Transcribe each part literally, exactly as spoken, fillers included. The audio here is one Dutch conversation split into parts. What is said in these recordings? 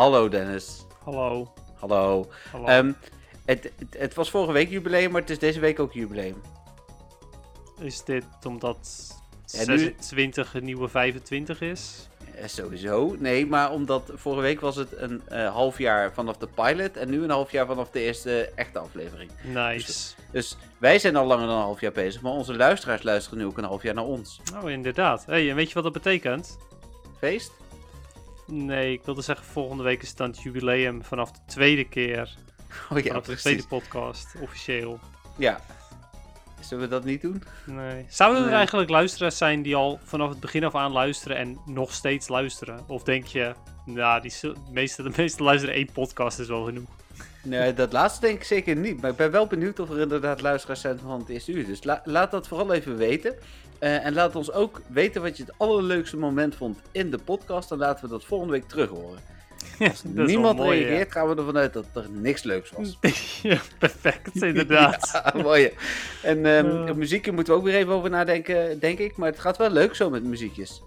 Hallo Dennis. Hallo. Hallo. Hallo. Um, het, het, het was vorige week jubileum, maar het is deze week ook jubileum. Is dit omdat Ja, nu- zesentwintig een nieuwe vijfentwintig is? Uh, sowieso. Nee, maar omdat vorige week was het een uh, half jaar vanaf de pilot en nu een half jaar vanaf de eerste echte aflevering. Nice. Dus, dus wij zijn al langer dan een half jaar bezig, maar onze luisteraars luisteren nu ook een half jaar naar ons. Oh, inderdaad. Hey, en weet je wat dat betekent? Feest? Nee, ik wilde zeggen volgende week is het dan het jubileum vanaf de tweede keer. Oh ja, vanaf precies. de tweede podcast, officieel. Ja. Zullen we dat niet doen? Nee. Zouden er Nee. eigenlijk luisteraars zijn die al vanaf het begin af aan luisteren en nog steeds luisteren? Of denk je, nou, die zul- de, meeste, de meeste luisteren één podcast is wel genoeg? Nee, dat laatste denk ik zeker niet. Maar ik ben wel benieuwd of er inderdaad luisteraars zijn van het eerste uur. Dus la- laat dat vooral even weten. Uh, en laat ons ook weten wat je het allerleukste moment vond in de podcast. Dan laten we dat volgende week terug horen. Als Dat is wel niemand mooi, reageert, gaan we ervan uit dat er niks leuks was. Ja, perfect, inderdaad. Ja, mooi. En um, Uh. muziekje moeten we ook weer even over nadenken, denk ik. Maar het gaat wel leuk zo met muziekjes.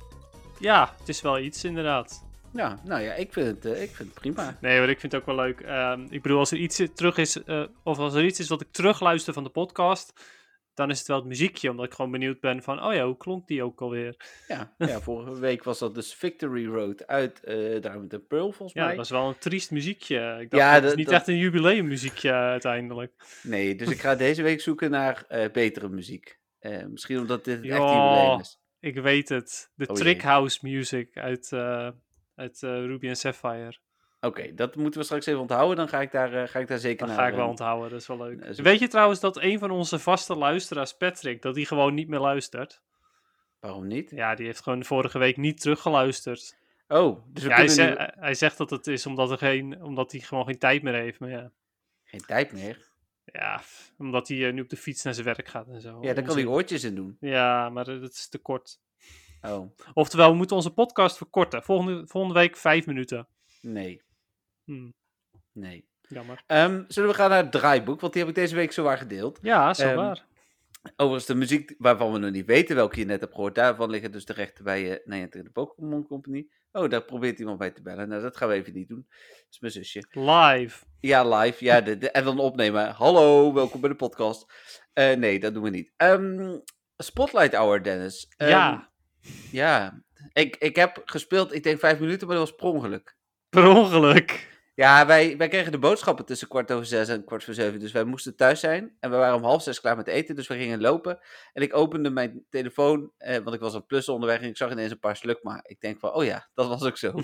Ja, het is wel iets, inderdaad. Ja, nou ja, ik vind het, uh, ik vind het prima. Nee hoor, ik vind het ook wel leuk. Um, ik bedoel, als er iets terug is, uh, of als er iets is wat ik terugluister van de podcast, dan is het wel het muziekje, omdat ik gewoon benieuwd ben van, oh ja, hoe klonk die ook alweer? Ja, ja vorige week was dat dus Victory Road uit uh, Diamond and Pearl, volgens Ja, mij. dat was wel een triest muziekje. Ik dacht, Ja, dat is dat- niet dat- echt een jubileummuziekje uh, uiteindelijk. Nee, dus ik ga deze week zoeken naar uh, betere muziek. Uh, misschien omdat dit het Ja. echt jubileum is. Ik weet het. De Oh Trick jee. House Music uit, uh, uit uh, Ruby and Sapphire. Oké, okay, dat moeten we straks even onthouden. Dan ga ik daar, uh, ga ik daar zeker Dat naar... ga ik wel uh, onthouden, dat is wel leuk. uh, Weet je trouwens dat een van onze vaste luisteraars, Patrick, dat die gewoon niet meer luistert? Waarom niet? Ja, die heeft gewoon vorige week niet teruggeluisterd. Oh, dus we Ja, hij, kunnen ze- nu... hij zegt dat het is omdat, er geen, omdat hij gewoon geen tijd meer heeft. Maar ja, Geen tijd meer. ja f- omdat hij uh, nu op de fiets naar zijn werk gaat en zo. Ja, daar kan hij Onzin. oortjes in doen. Ja, maar uh, dat is te kort. Oh, Oftewel, we moeten onze podcast verkorten. Volgende, volgende week vijf minuten. nee. Hm, Nee. jammer. Um, zullen we gaan naar het draaiboek? Want die heb ik deze week zowaar gedeeld. Ja, zo Ehm, waar. Overigens, de muziek waarvan we nog niet weten welke je net hebt gehoord, daarvan liggen dus de rechten bij uh, Niantic de Pokémon Company. Oh, daar probeert iemand bij te bellen. Nou, dat gaan we even niet doen. Dat is mijn zusje. Live. Ja, live. Ja, de, de, en dan opnemen. Hallo, welkom bij de podcast. Uh, nee, dat doen we niet. Um, Spotlight Hour, Dennis. Um, Ja, Ja, ik, ik heb gespeeld, ik denk vijf minuten, maar dat was per ongeluk. per ongeluk. Ja, wij, wij kregen de boodschappen tussen kwart over zes en kwart voor zeven. Dus wij moesten thuis zijn. En we waren om half zes klaar met eten. Dus we gingen lopen. En ik opende mijn telefoon. Eh, want ik was aan plussen onderweg. En ik zag ineens een paar sluk. Maar ik denk van, oh ja, dat was ook zo.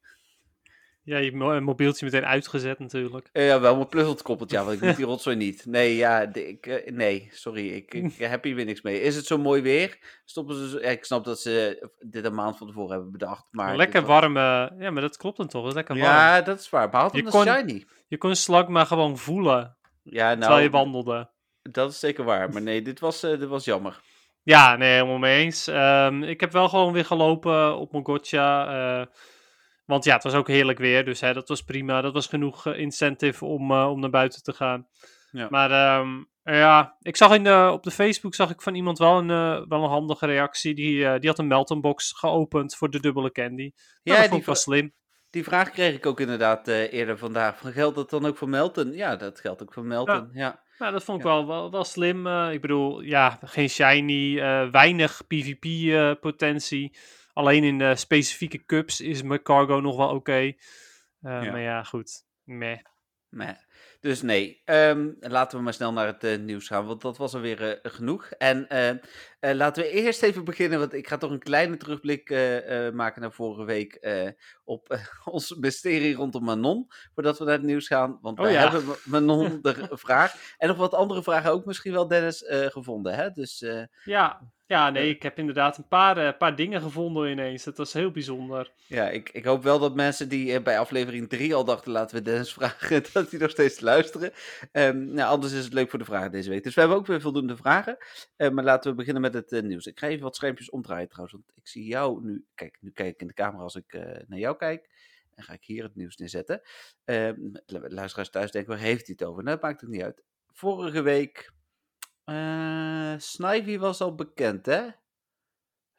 Ja, je mo- mobieltje meteen uitgezet natuurlijk. Eh, ja, wel mijn plus ontkoppeld. Ja, want ik moet die rotzooi niet. Nee, ja, de- ik, eh, nee, sorry. Ik, ik heb hier weer niks mee. Is het zo mooi weer? Stoppen ze zo... Ja, ik snap dat ze dit een maand van tevoren hebben bedacht. Maar Lekker dit was- warm. uh, ja, maar dat klopt dan toch? Dat is lekker warm. Ja, dat is waar. Behalve Je dan kon- shiny. Je kon Slag maar gewoon voelen Ja, terwijl nou, je wandelde. dat is zeker waar. Maar nee, dit was, uh, dit was jammer. Ja, nee, helemaal mee eens. Um, ik heb wel gewoon weer gelopen op mijn gotcha. Uh, want ja, het was ook heerlijk weer. Dus hè, dat was prima. Dat was genoeg uh, incentive om, uh, om naar buiten te gaan. Ja. Maar um, ja, ik zag in de, op de Facebook zag ik van iemand wel een, uh, wel een handige reactie. Die, uh, die had een Melton box geopend voor de dubbele candy. Nou, Ja, dat die vond ik wel va- slim. Die vraag kreeg ik ook inderdaad uh, eerder vandaag. Van, geldt dat dan ook voor Melton? Ja, dat geldt ook voor Melton. Ja. Nou, dat vond ik Ja. wel, wel, wel slim. Uh, ik bedoel, ja, geen shiny, uh, weinig PvP-potentie. Alleen in de specifieke cups is mijn cargo nog wel oké. Okay. Uh, Ja. Maar ja, goed. Meh. Nee. Dus nee, um, laten we maar snel naar het uh, nieuws gaan, want dat was alweer uh, genoeg. En uh, uh, laten we eerst even beginnen, want ik ga toch een kleine terugblik uh, uh, maken naar vorige week uh, op uh, ons mysterie rondom Manon, voordat we naar het nieuws gaan. Want Oh wij ja. hebben Manon de vraag en nog wat andere vragen ook misschien wel, Dennis, uh, gevonden. Hè? Dus, uh, Ja, ja, nee, Ja. ik heb inderdaad een paar, uh, paar dingen gevonden ineens. Dat was heel bijzonder. ja, ik, ik hoop wel dat mensen die uh, bij aflevering drie al dachten, laten we Dennis vragen, dat die nog steeds luisteren. Um, nou, anders is het leuk voor de vragen deze week. Dus we hebben ook weer voldoende vragen. Uh, maar laten we beginnen met het uh, nieuws. Ik ga even wat schermpjes omdraaien trouwens, want ik zie jou nu. Kijk, nu kijk ik in de camera als ik uh, naar jou kijk. En ga ik hier het nieuws neerzetten. Um, luisteraars thuis denken, waar heeft hij het over? Nou, dat maakt het niet uit. Vorige week, uh, Snivy was al bekend, hè?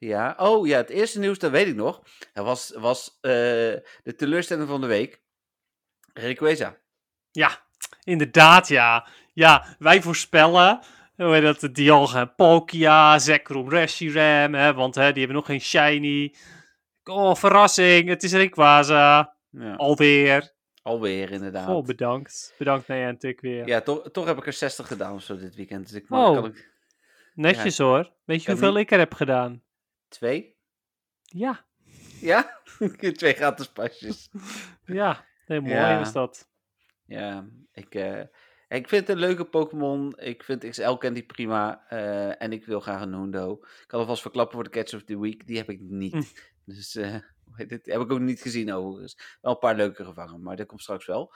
Ja, oh ja, het eerste nieuws, dat weet ik nog. Dat was, was uh, de teleurstelling van de week. Rayquaza. Ja, inderdaad, ja. Ja, wij voorspellen, hoe heet dat, Dialga Palkia, Zekrom, Reshiram, hè, want hè, die hebben nog geen shiny. Oh, verrassing, het is Rayquaza. Ja. Alweer. Alweer, inderdaad. Goh, bedankt. Bedankt Niantic weer. Ja, toch, toch heb ik er zestig gedaan of zo dit weekend. Dus ik Oh, kan ik... netjes ja, hoor. Weet je hoeveel niet... ik er heb gedaan? Twee? Ja. Ja? Twee gratis pasjes. Ja, heel mooi ja. was dat. Ja, ik, uh, ik vind het een leuke Pokémon. Ik vind X L Candy prima. Uh, en ik wil graag een Hundo. Ik kan alvast verklappen voor de Catch of the Week. Die heb ik niet. Hm. Dus uh, dit heb ik ook niet gezien overigens. Wel een paar leuke gevangen, maar dat komt straks wel.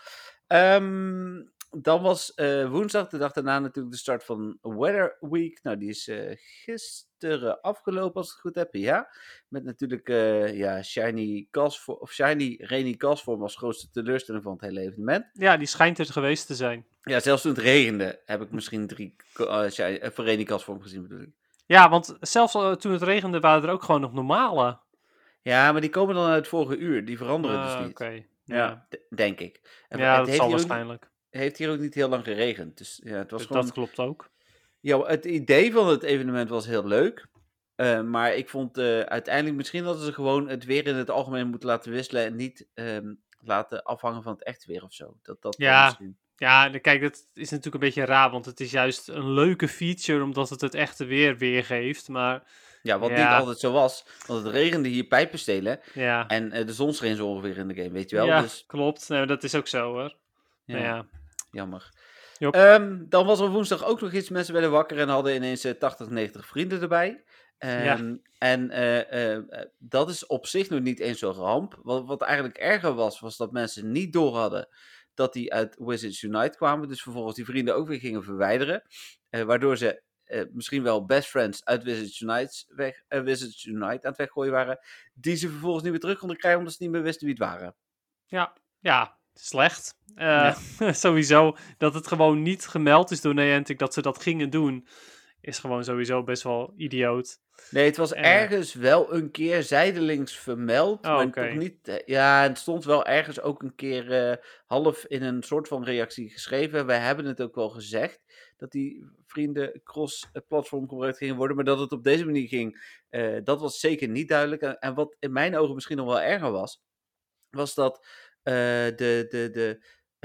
Um, dan was uh, woensdag, de dag daarna natuurlijk de start van Weather Week. Nou, die is uh, gisteren afgelopen, als ik het goed heb. Ja, met natuurlijk uh, ja, Shiny Castform, of Shiny Rainy Castform als grootste teleurstelling van het hele evenement. Ja, die schijnt er geweest te zijn. Ja, zelfs toen het regende heb ik misschien drie uh, shiny, uh, Rainy Castform gezien, bedoel ik. Ja, want zelfs uh, toen het regende waren er ook gewoon nog normale. Ja, maar die komen dan uit het vorige uur. Die veranderen uh, dus niet. Okay. Ja, ja. D- denk ik. En ja, het dat zal waarschijnlijk. Niet, heeft hier ook niet heel lang geregend. Dus ja, het was dat, gewoon... dat klopt ook. Ja, het idee van het evenement was heel leuk. Uh, maar ik vond uh, uiteindelijk misschien dat ze gewoon het weer in het algemeen moeten laten wisselen. En niet um, laten afhangen van het echte weer of zo. Dat, dat ja, misschien... ja, kijk, dat is natuurlijk een beetje raar. Want het is juist een leuke feature omdat het het echte weer weergeeft. Maar... Ja, wat ja. niet altijd zo was. Want het regende hier pijpen stelen. Ja. En uh, de zon scheen zo ongeveer in de game, weet je wel. Ja, dus... klopt. Nee, dat is ook zo hoor. Ja, nou ja. Jammer. Yep. Um, dan was er woensdag ook nog iets. Mensen werden wakker en hadden ineens uh, tachtig, negentig vrienden erbij. Um, ja. En uh, uh, dat is op zich nog niet eens zo'n ramp. Wat, wat eigenlijk erger was, was dat mensen niet door hadden dat die uit Wizards Unite kwamen. Dus vervolgens die vrienden ook weer gingen verwijderen. Uh, waardoor ze uh, misschien wel best friends uit Wizards Unite, weg, uh, Wizards Unite aan het weggooien waren. Die ze vervolgens niet meer terug konden krijgen omdat ze niet meer wisten wie het waren. Ja, ja. Slecht. Uh, ja. Sowieso dat het gewoon niet gemeld is door Niantic dat ze dat gingen doen, is gewoon sowieso best wel idioot. Nee, het was uh, ergens wel een keer zijdelings vermeld, oh, maar okay. toch niet... Ja, het stond wel ergens ook een keer uh, half in een soort van reactie geschreven. Wij hebben het ook wel gezegd, dat die vrienden cross-platform gebruikt gingen worden, maar dat het op deze manier ging, uh, dat was zeker niet duidelijk. En, en wat in mijn ogen misschien nog wel erger was, was dat uh, de... de, de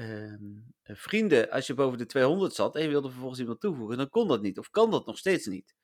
Um, vrienden, als je boven de tweehonderd zat en je wilde vervolgens iemand toevoegen, dan kon dat niet. Of kan dat nog steeds niet.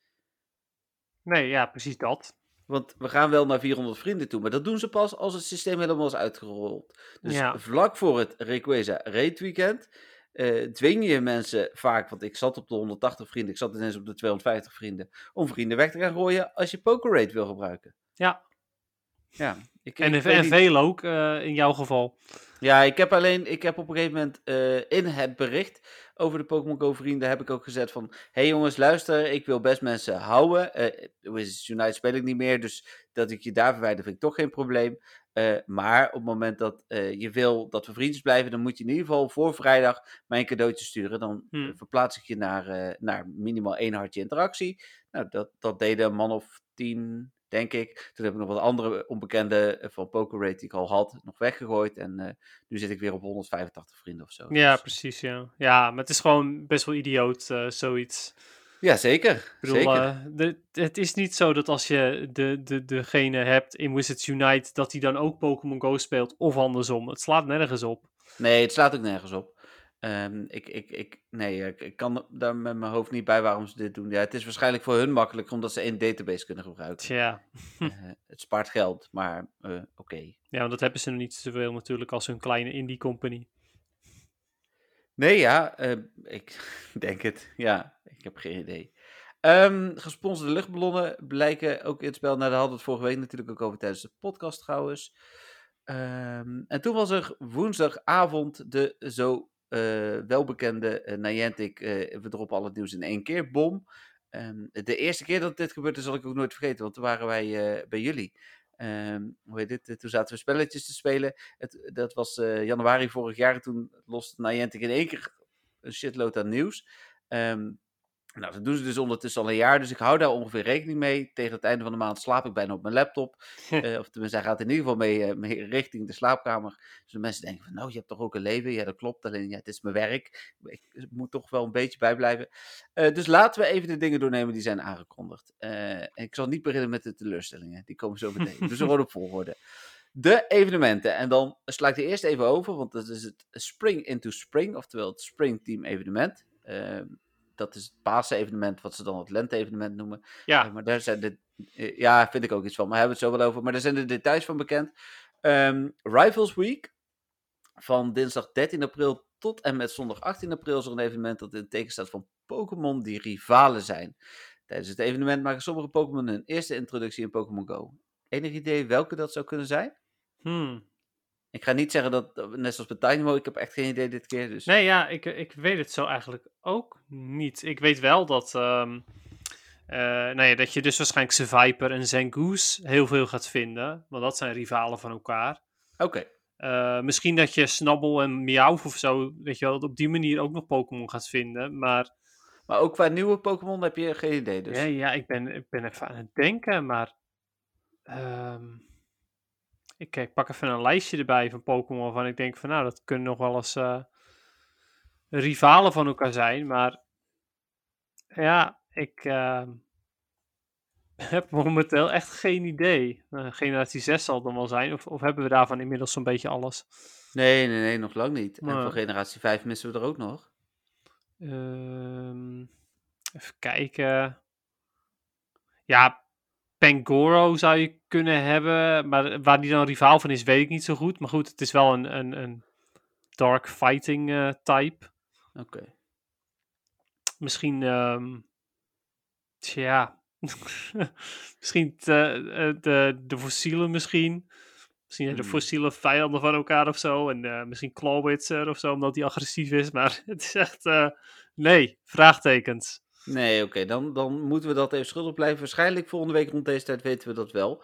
Nee, ja, precies dat. Want we gaan wel naar vierhonderd vrienden toe, maar dat doen ze pas als het systeem helemaal is uitgerold. Dus ja. vlak voor het Rayquaza Raid Weekend uh, dwing je mensen vaak, want ik zat op de honderdtachtig vrienden, ik zat ineens op de tweehonderdvijftig vrienden, om vrienden weg te gaan gooien als je PokéRaid wil gebruiken. Ja. Ja. Ik, en ik en veel ook, uh, in jouw geval. Ja, ik heb alleen, ik heb op een gegeven moment uh, in het bericht over de Pokémon Go vrienden heb ik ook gezet van, hey jongens, luister, ik wil best mensen houden. Uh, Wizards Unite speel ik niet meer, dus dat ik je daar verwijder vind ik toch geen probleem. Uh, maar op het moment dat uh, je wil dat we vriendjes blijven, dan moet je in ieder geval voor vrijdag mij een cadeautje sturen. Dan hmm. uh, verplaats ik je naar, uh, naar minimaal één hartje interactie. Nou, dat, dat deden een man of tien... denk ik. Toen heb ik nog wat andere onbekende van PokéRaid die ik al had, nog weggegooid. En uh, nu zit ik weer op honderdvijfentachtig vrienden of zo. Ja, dus, precies, ja. Ja, maar het is gewoon best wel idioot, uh, zoiets. Ja, zeker. Ik bedoel, zeker. Uh, de, het is niet zo dat als je de, de, degene hebt in Wizards Unite, dat hij dan ook Pokémon Go speelt, of andersom. Het slaat nergens op. Nee, het slaat ook nergens op. Um, ik, ik, ik, nee, ik, ik kan daar met mijn hoofd niet bij waarom ze dit doen. Ja, het is waarschijnlijk voor hun makkelijker, omdat ze één database kunnen gebruiken. Ja. uh, het spaart geld, maar uh, oké. Okay. Ja, want dat hebben ze nog niet zoveel natuurlijk als hun kleine indie company. Nee, ja, uh, ik denk het. Ja, ik heb geen idee. Um, gesponsorde luchtballonnen blijken ook in het spel. Nou, daar hadden we het vorige week natuurlijk ook over tijdens de podcast trouwens. Um, en toen was er woensdagavond de zo uh, welbekende uh, Niantic, uh, we droppen al het nieuws in één keer, bom. Um, de eerste keer dat dit gebeurde zal ik ook nooit vergeten, want toen waren wij uh, bij jullie. Um, hoe heet dit? Toen zaten we spelletjes te spelen. Het, dat was uh, januari vorig jaar. Toen loste Niantic in één keer een shitload aan nieuws. Um, Nou, dat doen ze dus ondertussen al een jaar, dus ik hou daar ongeveer rekening mee. Tegen het einde van de maand slaap ik bijna op mijn laptop. Uh, of tenminste, hij gaat in ieder geval mee, uh, mee richting de slaapkamer. Dus de mensen denken van, nou, je hebt toch ook een leven? Ja, dat klopt, alleen ja, het is mijn werk. Ik moet toch wel een beetje bijblijven. Uh, dus laten we even de dingen doornemen die zijn aangekondigd. Uh, ik zal niet beginnen met de teleurstellingen, die komen zo meteen. Dus gewoon op volgorde. De evenementen. En dan sla ik er eerst even over, want dat is het Spring into Spring, oftewel het Spring Team evenement. Uh, Dat is het Pasen-evenement, wat ze dan het Lente-evenement noemen. Ja. Uh, maar daar zijn de... Uh, ja, vind ik ook iets van. Maar hebben we het zo wel over. Maar daar zijn de details van bekend. Um, Rivals Week. Van dinsdag dertien april tot en met zondag achttien april is er een evenement dat in het teken staat van Pokémon die rivalen zijn. Tijdens het evenement maken sommige Pokémon hun eerste introductie in Pokémon Go. Enig idee welke dat zou kunnen zijn? Hmm. Ik ga niet zeggen dat, net zoals bij Dynamo, ik heb echt geen idee dit keer. Dus... Nee, ja, ik, ik weet het zo eigenlijk ook niet. Ik weet wel dat, um, uh, nou ja, dat je dus waarschijnlijk Seviper en Zangoose heel veel gaat vinden. Want dat zijn rivalen van elkaar. Oké. Okay. Uh, misschien dat je Snubbull en Meowth of zo, weet je wel, op die manier ook nog Pokémon gaat vinden. Maar, maar ook qua nieuwe Pokémon heb je geen idee dus? Ja, ja ik, ben, ik ben even aan het denken, maar... Um, Ik, ik pak even een lijstje erbij van Pokémon waarvan ik denk van nou, dat kunnen nog wel eens uh, rivalen van elkaar zijn. Maar ja, ik uh, heb momenteel echt geen idee. Uh, generatie zes zal het dan wel zijn. Of, of hebben we daarvan inmiddels zo'n beetje alles? Nee, nee, nee, nog lang niet. Maar, en voor generatie vijf missen we er ook nog. Uh, even kijken. Ja, Pangoro zou je kunnen hebben, maar waar die dan rivaal van is, weet ik niet zo goed. Maar goed, het is wel een, een, een dark fighting uh, type. Oké. Okay. Misschien, um, tja, misschien de, de, de fossielen misschien. Misschien hmm. de fossiele vijanden van elkaar of zo. En uh, misschien Clawitzer of zo, omdat hij agressief is. Maar het is echt, uh, nee, vraagtekens. Nee, oké, okay. dan, dan moeten we dat even schuldig blijven. Waarschijnlijk volgende week rond deze tijd weten we dat wel.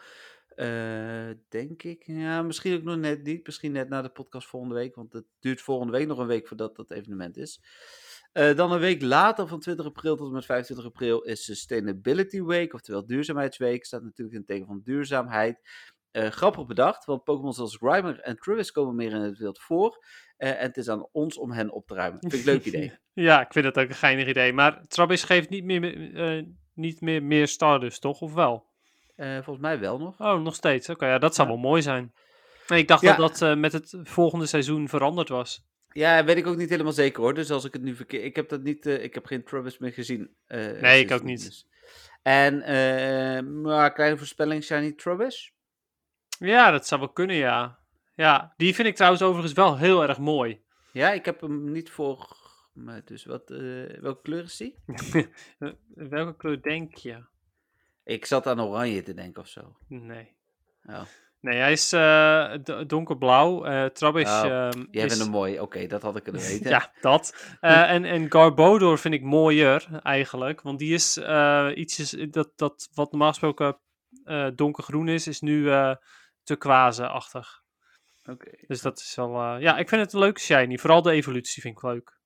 Uh, denk ik. Ja, misschien ook nog net niet. Misschien net na de podcast volgende week. Want het duurt volgende week nog een week voordat dat evenement is. Uh, dan een week later, van twintig april tot en met vijfentwintig april, is Sustainability Week. Oftewel Duurzaamheidsweek. Staat natuurlijk in het teken van duurzaamheid. Uh, grappig bedacht, want Pokémon zoals Grimer en Trubbish komen meer in het wild voor. Uh, en het is aan ons om hen op te ruimen. Vind ik een leuk idee. Ja, ik vind dat ook een geinig idee. Maar Trubbish geeft niet meer, uh, niet meer, meer Stardust, toch? Of wel? Uh, volgens mij wel nog. Oh, nog steeds. Oké, okay, ja, dat zou ja. wel mooi zijn. Nee, ik dacht ja. dat dat uh, met het volgende seizoen veranderd was. Ja, weet ik ook niet helemaal zeker hoor. Dus als ik het nu verkeerd... Ik heb dat niet... Uh, ik heb geen Trubbish meer gezien. Uh, nee, ik ook niet. Dus. En, uh, maar kleine voorspelling, Shiny Trubbish? Ja, dat zou wel kunnen, ja. Ja, die vind ik trouwens overigens wel heel erg mooi. Ja, ik heb hem niet voor... Maar dus wat... Uh, welke kleur is die? Welke kleur denk je? Ik zat aan oranje te denken of zo. Nee. Oh. Nee, hij is uh, d- donkerblauw. Uh, Trubbish... Oh, um, jij is... vindt hem mooi. Oké, okay, dat had ik kunnen weten. Ja, dat. Uh, en, en Garbodor vind ik mooier, eigenlijk. Want die is uh, ietsjes... Dat, dat wat normaal gesproken uh, donkergroen is, is nu uh, turquoise-achtig. Oké. Okay. Dus dat is wel... Uh, ja, ik vind het een leuke shiny. Vooral de evolutie vind ik leuk.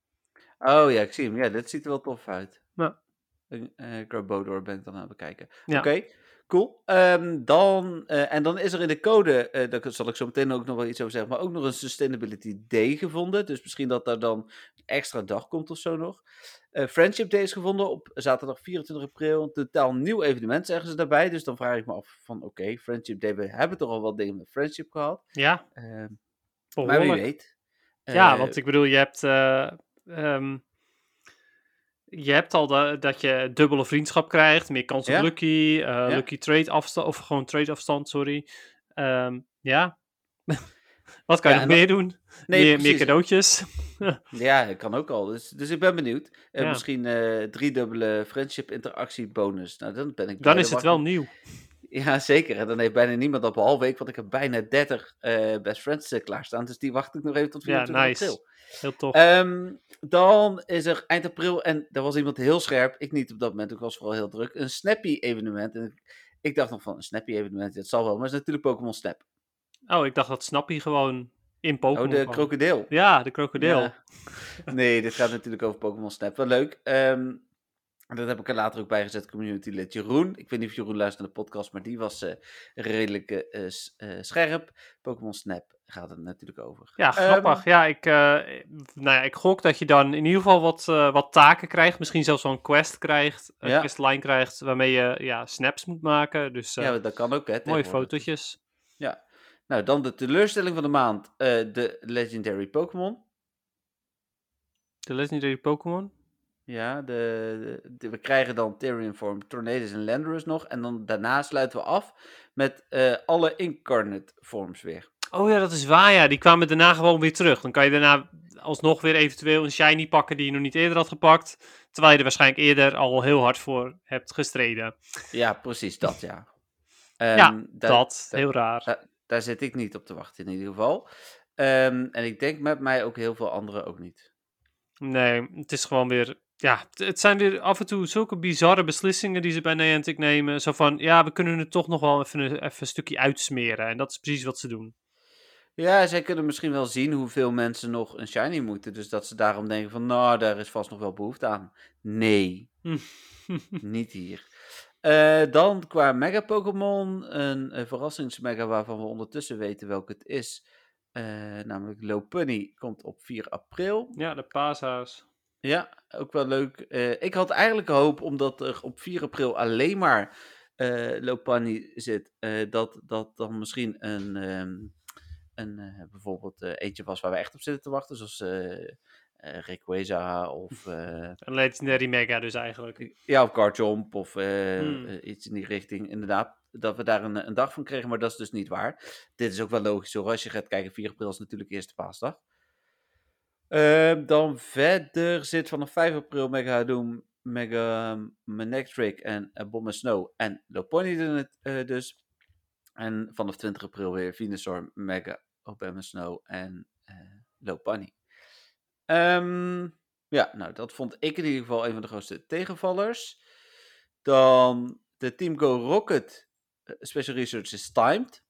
Oh ja, ik zie hem. Ja, dit ziet er wel tof uit. Ja. Uh, Garbodor ben ik dan aan het bekijken. Ja. Oké. Okay. Cool. Um, dan, uh, en dan is er in de code, uh, daar zal ik zo meteen ook nog wel iets over zeggen, maar ook nog een Sustainability Day gevonden. Dus misschien dat daar dan een extra dag komt of zo nog. Uh, Friendship Day is gevonden op zaterdag vierentwintig april. Een totaal nieuw evenement zeggen ze daarbij. Dus dan vraag ik me af van oké, okay, Friendship Day, we hebben toch al wat dingen met Friendship gehad. Ja. Uh, maar wie weet. Uh, ja, want ik bedoel, je hebt... Uh, um... Je hebt al de, dat je dubbele vriendschap krijgt, meer kans op ja? Lucky, uh, ja? Lucky trade afstand, of gewoon trade afstand, sorry. Um, ja. Wat kan ja, je nog meer dan... doen? Nee, meer, meer cadeautjes. Ja, dat kan ook al. Dus, dus ik ben benieuwd. Uh, ja. Misschien uh, driedubbele friendship interactie bonus. Nou, dan ben ik. Dan is het wel nieuw. Ja, zeker. En dan heeft bijna niemand dat behalve ik, want ik heb bijna dertig uh, best friends uh, klaarstaan. Dus die wacht ik nog even tot vierentwintig ja, nice. april. Heel tof. Um, dan is er eind april, en daar was iemand heel scherp, ik niet op dat moment, ik was vooral heel druk, een Snappy-evenement. En ik, ik dacht nog van, een Snappy-evenement, dat zal wel, maar het is natuurlijk Pokémon Snap. Oh, ik dacht dat Snappy gewoon in Pokémon Oh, de kwam. krokodil. Ja, de krokodil. Ja. Nee, dit gaat natuurlijk over Pokémon Snap, wel leuk. Um, En dat heb ik er later ook bij gezet, community lid Jeroen. Ik weet niet of Jeroen luistert naar de podcast, maar die was uh, redelijk uh, uh, scherp. Pokémon Snap gaat het natuurlijk over. Ja, grappig. Um, ja, ik, uh, nou ja, ik gok dat je dan in ieder geval wat, uh, wat taken krijgt. Misschien zelfs wel een quest krijgt, een ja. questline krijgt, waarmee je ja, snaps moet maken. Dus, uh, ja, dat kan ook, hè. Mooie fotootjes. Ja. Nou, dan de teleurstelling van de maand. Uh, de Legendary Pokémon. De Legendary Pokémon? Ja, de, de, de, we krijgen dan Therian Form, Tornadus en Landorus nog. En dan daarna sluiten we af met uh, alle Incarnate Forms weer. Oh ja, dat is waar, ja. Die kwamen daarna gewoon weer terug. Dan kan je daarna alsnog weer eventueel een shiny pakken die je nog niet eerder had gepakt. Terwijl je er waarschijnlijk eerder al heel hard voor hebt gestreden. Ja, precies, dat ja. Um, ja, daar, dat. Daar, heel raar. Daar, daar zit ik niet op te wachten in ieder geval. Um, en ik denk met mij ook heel veel anderen ook niet. Nee, het is gewoon weer... Ja, het zijn weer af en toe zulke bizarre beslissingen die ze bij Niantic nemen. Zo van, ja, we kunnen het toch nog wel even een, even een stukje uitsmeren. En dat is precies wat ze doen. Ja, zij kunnen misschien wel zien hoeveel mensen nog een shiny moeten. Dus dat ze daarom denken van, nou, daar is vast nog wel behoefte aan. Nee, niet hier. Uh, dan qua Mega Pokémon, een, een verrassingsmega waarvan we ondertussen weten welke het is. Uh, namelijk Lopunny, komt op vier april. Ja, de paashaas. Ja, ook wel leuk. Uh, ik had eigenlijk hoop, omdat er op vier april alleen maar uh, Lopunny zit, uh, dat dat dan misschien een, um, een uh, bijvoorbeeld uh, eentje was waar we echt op zitten te wachten, zoals uh, uh, Rayquaza of... Uh, een Legendary Mega dus eigenlijk. Ja, of Garchomp of uh, hmm. uh, iets in die richting, inderdaad. Dat we daar een, een dag van kregen, maar dat is dus niet waar. Dit is ook wel logisch, hoor. Als je gaat kijken, vier april is natuurlijk eerste paasdag. Uh, dan verder zit vanaf vijf april Mega Hadoom, Mega Manectric en uh, Bomb and Snow en Lopunny het, uh, dus. En vanaf twintig april weer Venusaur, Mega Bomb and Snow en uh, Lopunny. Um, ja, nou dat vond ik in ieder geval een van de grootste tegenvallers. Dan de Team Go Rocket uh, Special Research is timed.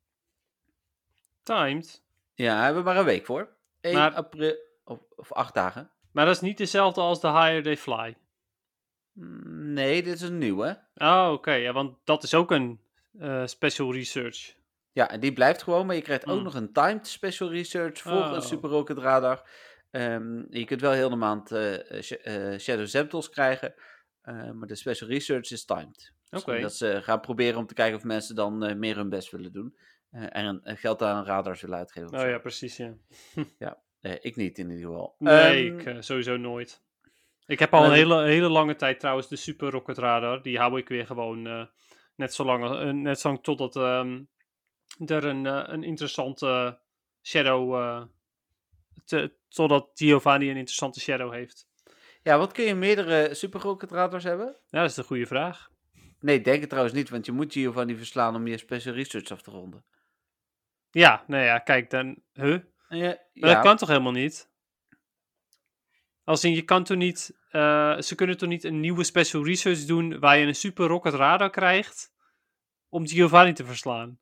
Timed? Ja, daar hebben we maar een week voor. één maar... april, of, of acht dagen. Maar dat is niet dezelfde als de Higher They Fly? Nee, dit is een nieuwe. Oh, oké. Okay. Ja, want dat is ook een uh, Special Research. Ja, en die blijft gewoon, maar je krijgt mm. ook nog een Timed Special Research voor oh. een Super Rocket Radar. Um, je kunt wel heel de maand uh, uh, Shadow Zapdos krijgen, uh, maar de Special Research is timed. Oké. Okay. Dat ze gaan proberen om te kijken of mensen dan uh, meer hun best willen doen. Uh, en uh, geld aan radars willen uitgeven. Oh zo. Ja, precies, ja. ja, uh, ik niet in ieder geval. Nee, um, ik uh, sowieso nooit. Ik heb al een hele, hele lange tijd trouwens de Super Rocket Radar. Die hou ik weer gewoon uh, net zo lang, uh, net zo lang totdat um, er een, uh, een interessante shadow... Uh, te, totdat Giovanni een interessante shadow heeft. Ja, wat kun je meerdere Super Rocket Radars hebben? Ja, dat is een goede vraag. Nee, denk het trouwens niet, want je moet Giovanni verslaan om je Special Research af te ronden. Ja, nou ja, kijk dan... Huh? Ja, maar ja. dat kan toch helemaal niet? Als in, je kan toch niet... Uh, ze kunnen toch niet een nieuwe Special Research doen waar je een Super Rocket Radar krijgt om Giovanni te verslaan?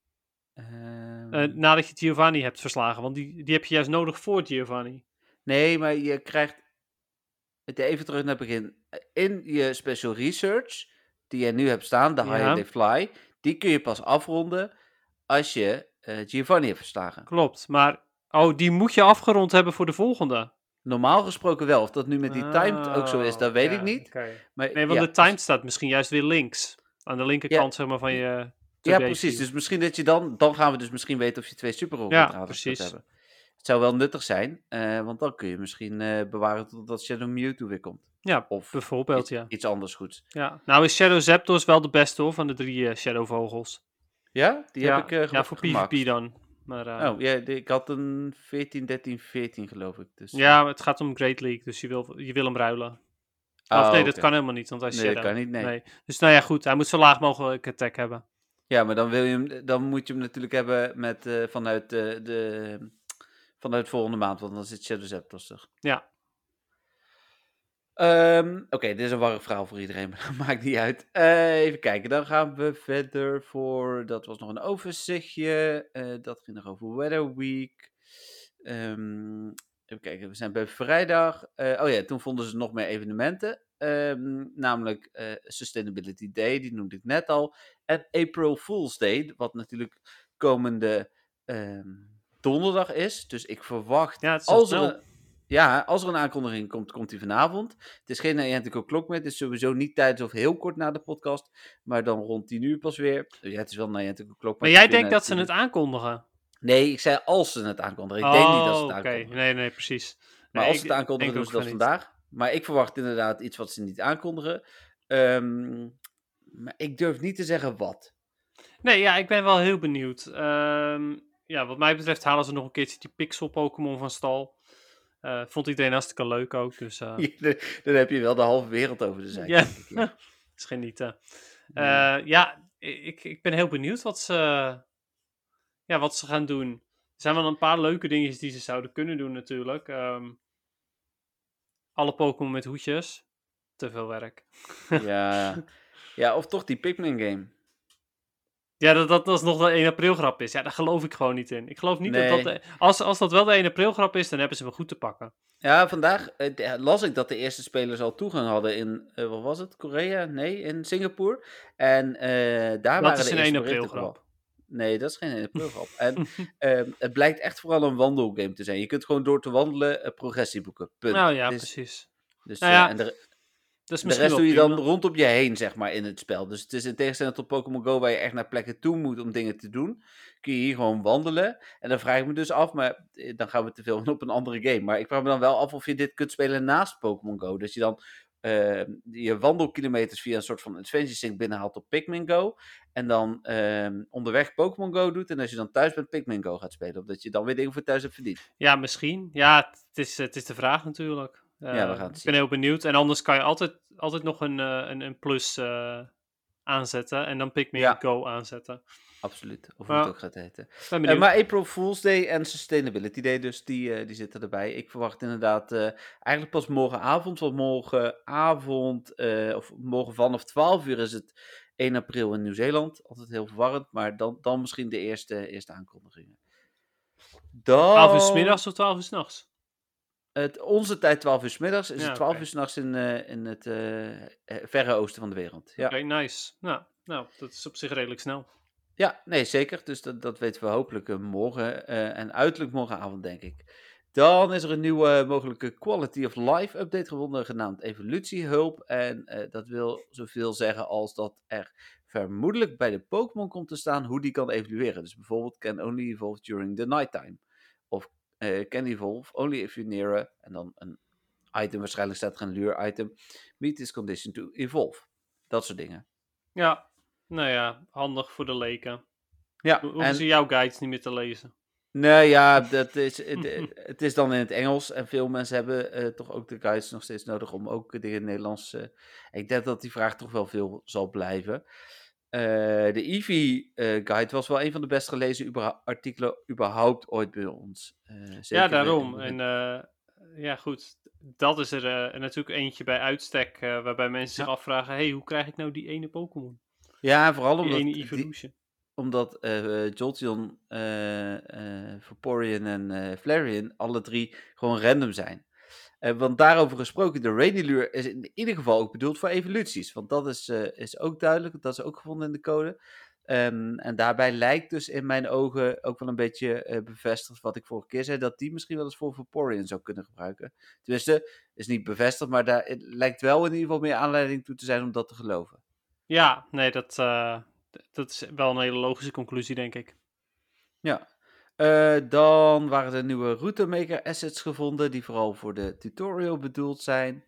Um... Uh, nadat je Giovanni hebt verslagen, want die, die heb je juist nodig voor Giovanni. Nee, maar je krijgt... Even terug naar het begin. In je Special Research, die je nu hebt staan, de ja. Higher They Fly, die kun je pas afronden als je uh, Giovanni hebt verslagen. Klopt, maar oh, die moet je afgerond hebben voor de volgende. Normaal gesproken wel. Of dat nu met die timed oh, ook zo is, dat weet ja, ik niet. Okay. Maar, nee, want ja. de timed staat misschien juist weer links. Aan de linkerkant ja. zeg maar van je... Ja, precies. Dus misschien dat je dan... Dan gaan we dus misschien weten of je twee Super Rocket ja, Radars hebt hebben. Het zou wel nuttig zijn, uh, want dan kun je misschien uh, bewaren totdat Shadow Mewtwo weer komt. Ja, of bijvoorbeeld, iets, ja. Iets anders goeds. Ja, nou is Shadow Zapdos wel de beste hoor, van de drie uh, Shadow Vogels. Ja? Die ja, heb ik uh, Ja, voor gemaakt. PvP dan. Maar, uh, oh, ja, ik had een veertien, dertien, veertien geloof ik. Dus, ja, maar het gaat om Great League, dus je wil, je wil hem ruilen. Oh, of nee, okay. dat kan helemaal niet, want hij is nee, Shadow. dat kan niet, nee. nee. Dus nou ja, goed, hij moet zo laag mogelijk attack hebben. Ja, maar dan, wil je hem, dan moet je hem natuurlijk hebben met, uh, vanuit uh, de... Vanuit volgende maand, want dan zit Shadow Zapdos er. Ja. Um, Oké, okay, dit is een warrig verhaal voor iedereen, maar dat maakt niet uit. Uh, even kijken, dan gaan we verder voor... Dat was nog een overzichtje. Uh, dat ging nog over Weather Week. Um, even kijken, we zijn bij vrijdag. Uh, oh ja, toen vonden ze nog meer evenementen. Um, namelijk uh, Sustainability Day, die noemde ik net al. En April Fool's Day, wat natuurlijk komende um, donderdag is. Dus ik verwacht, Ja, het is als er, snel. een, ja, als er een aankondiging komt, komt die vanavond. Het is geen Niantic klok meer, het is sowieso niet tijdens of heel kort na de podcast. Maar dan rond tien uur pas weer. Ja, het is wel een Niantic klok. Maar, maar jij denkt dat ze het aankondigen? Nee, ik zei als ze het aankondigen. Ik oh, denk niet dat ze het oké. aankondigen. Nee, nee, precies. Maar nee, als ze het aankondigen, doen ze dat vandaag. Niet. Maar ik verwacht inderdaad iets wat ze niet aankondigen. Um, maar ik durf niet te zeggen wat. Nee, ja, ik ben wel heel benieuwd. Um, ja, wat mij betreft halen ze nog een keertje die Pixel Pokémon van stal. Uh, vond iedereen hartstikke leuk ook. Dus, uh... ja, dan heb je wel de halve wereld over de zijk. Ja, denk ik, ja. is genieten. Uh, ja, ja ik, ik ben heel benieuwd wat ze, ja, wat ze gaan doen. Er zijn wel een paar leuke dingetjes die ze zouden kunnen doen natuurlijk. Um, alle Pokémon met hoedjes. Te veel werk. ja. ja, of toch die Pikmin game. Ja, dat, dat, dat is nog de één april grap is. Ja, daar geloof ik gewoon niet in. Ik geloof niet nee. dat dat... De, als, als dat wel de één april grap is, dan hebben ze me goed te pakken. Ja, vandaag uh, las ik dat de eerste spelers al toegang hadden in... Uh, wat was het? Korea? Nee, in Singapore. En uh, daar dat waren is de een eerste één april grap. Nee, dat is geen één april grap. En uh, het blijkt echt vooral een wandelgame te zijn. Je kunt gewoon door te wandelen uh, progressie boeken. Punt. Nou ja, dus, precies. Dus, nou ja, uh, en de, dat is de rest doe je prima. dan rondom je heen, zeg maar, in het spel. Dus het is in tegenstelling tot Pokémon Go, waar je echt naar plekken toe moet om dingen te doen. Kun je hier gewoon wandelen. En dan vraag ik me dus af, maar dan gaan we te veel op een andere game. Maar ik vraag me dan wel af of je dit kunt spelen naast Pokémon Go. Dus je dan uh, je wandelkilometers via een soort van Adventure Sync binnenhaalt op Pikmin Go. En dan uh, onderweg Pokémon Go doet. En als je dan thuis bent Pikmin Go gaat spelen. Omdat je dan weer dingen voor thuis hebt verdiend. Ja, misschien. Ja, het is, het is de vraag natuurlijk. Uh, ja, we gaan het ik zien. ben heel benieuwd. En anders kan je altijd, altijd nog een, uh, een, een plus uh, aanzetten. En dan Pikmin ja. Go aanzetten. Absoluut. Of hoe uh, het ook gaat heten. Uh, maar April Fool's Day en Sustainability Day, dus die, uh, die zitten erbij. Ik verwacht inderdaad uh, eigenlijk pas morgenavond. Want morgenavond, uh, of morgen vanaf twaalf uur is het één april in Nieuw-Zeeland. Altijd heel verwarrend. Maar dan, dan misschien de eerste, eerste aankondigingen. Dan... twaalf uur 's middags of twaalf uur 's nachts? Het, onze tijd twaalf uur 's middags, is ja, het twaalf okay. uur 's nachts in, uh, in het uh, verre oosten van de wereld. Ja. Oké, okay, nice. Nou, nou, dat is op zich redelijk snel. Ja, nee, zeker. Dus dat, dat weten we hopelijk uh, morgen uh, en uiterlijk morgenavond, denk ik. Dan is er een nieuwe uh, mogelijke Quality of Life update gevonden, genaamd Evolutiehulp. En uh, dat wil zoveel zeggen als dat er vermoedelijk bij de Pokémon komt te staan hoe die kan evolueren. Dus bijvoorbeeld can only evolve during the nighttime. Of uh, can evolve only if you're near a, en dan een item, waarschijnlijk staat er een lure item, meet this condition to evolve. Dat soort dingen. Ja, nou ja, handig voor de leken. Ja, Ho- hoeven en... ze jouw guides niet meer te lezen? Nee, ja, dat is, het, het is dan in het Engels. En veel mensen hebben uh, toch ook de guides nog steeds nodig om ook dingen in het Nederlands... Uh, ik denk dat die vraag toch wel veel zal blijven. Uh, de Eevee-guide uh, was wel een van de best gelezen überha- artikelen überhaupt ooit bij ons. Uh, zeker ja, daarom. En uh, ja, goed. Dat is er uh, natuurlijk eentje bij uitstek uh, waarbij mensen zich ja. afvragen... hey, hoe krijg ik nou die ene Pokémon? Ja, vooral die omdat... ene Evolution. Die, omdat uh, Jolteon, uh, uh, Vaporeon en uh, Flareon alle drie gewoon random zijn. Uh, want daarover gesproken, de Rainy-lure is in ieder geval ook bedoeld voor evoluties. Want dat is, uh, is ook duidelijk, dat is ook gevonden in de code. Um, en daarbij lijkt dus in mijn ogen ook wel een beetje uh, bevestigd wat ik vorige keer zei, dat die misschien wel eens voor Vaporeon zou kunnen gebruiken. Tenminste, is niet bevestigd, maar daar het lijkt wel in ieder geval meer aanleiding toe te zijn om dat te geloven. Ja, nee, dat... Uh... Dat is wel een hele logische conclusie, denk ik. Ja. Uh, dan waren er nieuwe Routemaker assets gevonden, die vooral voor de tutorial bedoeld zijn.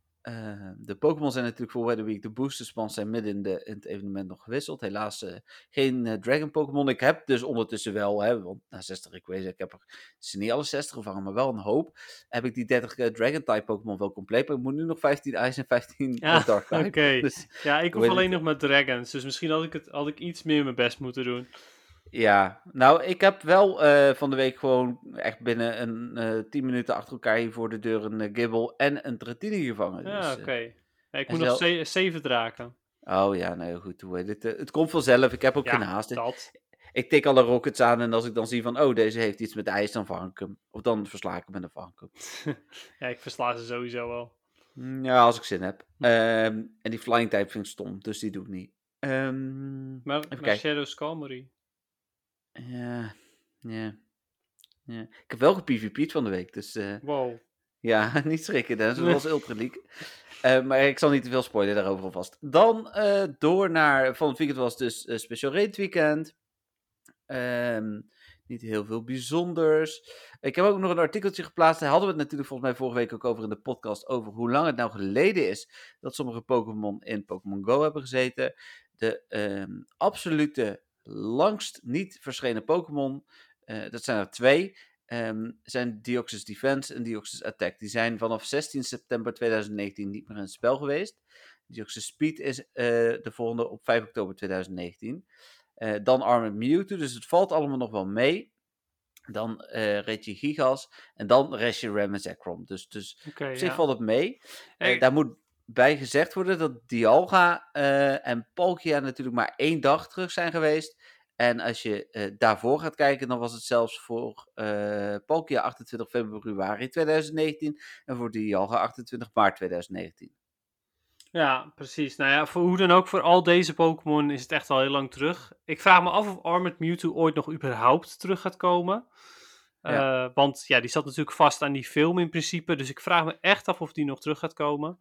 Uh, de Pokémon zijn natuurlijk voor Weather Week. De booster spans zijn midden in, de, in het evenement nog gewisseld. Helaas uh, geen uh, Dragon Pokémon. Ik heb dus ondertussen wel, hè, want na zestig requests, ik heb er ze niet alle zestig gevangen, maar wel een hoop. Heb ik die dertig uh, Dragon-type Pokémon wel compleet. Maar ik moet nu nog vijftien Ice en vijftien ja, uh, Dark-type. Oké, okay. Dus, ja, ik hoef alleen het... nog met Dragons. Dus misschien had ik, het, had ik iets meer mijn best moeten doen. Ja, nou, ik heb wel uh, van de week gewoon echt binnen een uh, tien minuten achter elkaar hier voor de deur een uh, Gibbel en een Dratini gevangen. Ja, dus, oké. Okay. Uh, ja, ik moet nog zelf... ze- zeven draken. Oh ja, nou goed, hoe heet het? Uh, het komt vanzelf, ik heb ook ja, geen haast. Dat. Ik tik alle rockets aan en als ik dan zie van, oh, deze heeft iets met ijs, dan vang ik hem. Of dan versla ik hem en dan vang ik hem. ja, ik versla ze sowieso wel. Ja, als ik zin heb. Ehm, en die flying type vind ik stom, dus die doe ik niet. Ehm, Maar, even maar kijken. Shadow Skarmory. Ja, ja, ja. Ik heb wel gepvp'd van de week, dus eh, Wow. ja, niet schrikken, dus dat was Ultra League. Uh, maar ik zal niet te veel spoilen daarover alvast. Dan uh, door naar, van het weekend was dus uh, Special Raid Weekend. Um, niet heel veel bijzonders. Ik heb ook nog een artikeltje geplaatst. Daar hadden we het natuurlijk volgens mij vorige week ook over in de podcast. Over hoe lang het nou geleden is dat sommige Pokémon in Pokémon Go hebben gezeten. De um, absolute langst niet verschenen Pokémon. Uh, dat zijn er twee. Um, zijn Deoxys Defense en Deoxys Attack. Die zijn vanaf zestien september tweeduizend negentien niet meer in het spel geweest. Deoxys Speed is uh, de volgende op vijf oktober tweeduizend negentien. Uh, dan Armored Mewtwo, dus het valt allemaal nog wel mee. Dan uh, Regigigas en dan Reshiram en Zekrom. Dus, dus okay, op zich ja. valt het mee. Hey. Uh, daar moet bij gezegd worden dat Dialga uh, en Palkia natuurlijk maar één dag terug zijn geweest. En als je uh, daarvoor gaat kijken, dan was het zelfs voor uh, Palkia achtentwintig februari tweeduizend negentien en voor Dialga achtentwintig maart tweeduizend negentien. Ja, precies. Nou ja, voor hoe dan ook, voor al deze Pokémon is het echt al heel lang terug. Ik vraag me af of Armored Mewtwo ooit nog überhaupt terug gaat komen. Ja. Uh, want ja, die zat natuurlijk vast aan die film in principe. Dus ik vraag me echt af of die nog terug gaat komen.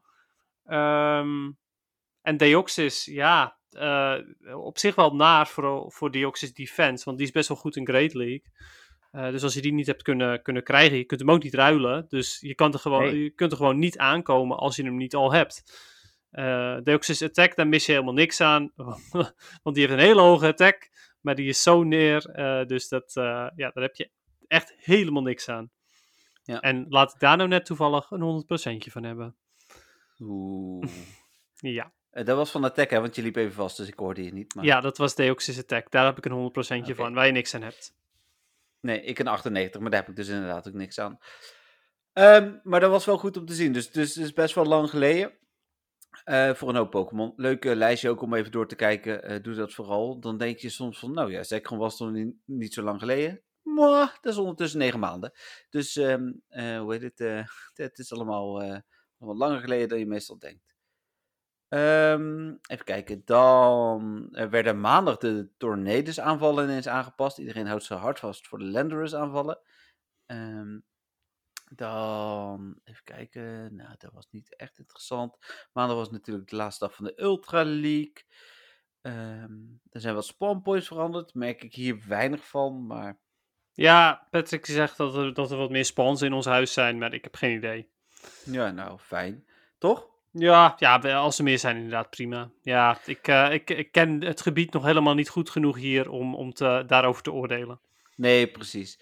Um, en Deoxys, ja, uh, op zich wel naar voor, voor Deoxys Defense. Want die is best wel goed in Great League. Uh, dus als je die niet hebt kunnen, kunnen krijgen, je kunt hem ook niet ruilen. Dus je, kan er gewoon, nee. je kunt er gewoon niet aankomen als je hem niet al hebt. Uh, Deoxys Attack, daar mis je helemaal niks aan. Want die heeft een hele hoge attack. Maar die is zo neer. Uh, dus dat, uh, ja, daar heb je echt helemaal niks aan. Ja. En laat ik daar nou net toevallig een honderd procent van hebben. Oeh. Ja. Uh, dat was van Attack, hè? Want je liep even vast, dus ik hoorde je niet. Maar... Ja, dat was Deoxys Attack. Daar heb ik een honderd procent okay. van, waar je niks aan hebt. Nee, ik een achtennegentig, maar daar heb ik dus inderdaad ook niks aan. Um, maar dat was wel goed om te zien. Dus, dus het is best wel lang geleden. Uh, voor een hoop Pokémon. Leuk uh, lijstje ook om even door te kijken. Uh, doe dat vooral. Dan denk je soms van, nou ja, Zekrom was toch niet, niet zo lang geleden. Mwah, dat is ondertussen negen maanden. Dus, um, uh, hoe heet het? Uh, het is allemaal, uh, allemaal langer geleden dan je meestal denkt. Um, even kijken. Dan uh, werden maandag de Tornadus aanvallen ineens aangepast. Iedereen houdt zijn hart vast voor de Landorus aanvallen. Um, Dan, even kijken, nou dat was niet echt interessant. Maandag was natuurlijk de laatste dag van de Ultra League. Um, er zijn wat spawn points veranderd, merk ik hier weinig van, maar... Ja, Patrick zegt dat er, dat er wat meer spawns in ons huis zijn, maar ik heb geen idee. Ja, nou, fijn. Toch? Ja, ja, als er meer zijn inderdaad, prima. Ja, ik, uh, ik, ik ken het gebied nog helemaal niet goed genoeg hier om, om te, daarover te oordelen. Nee, precies.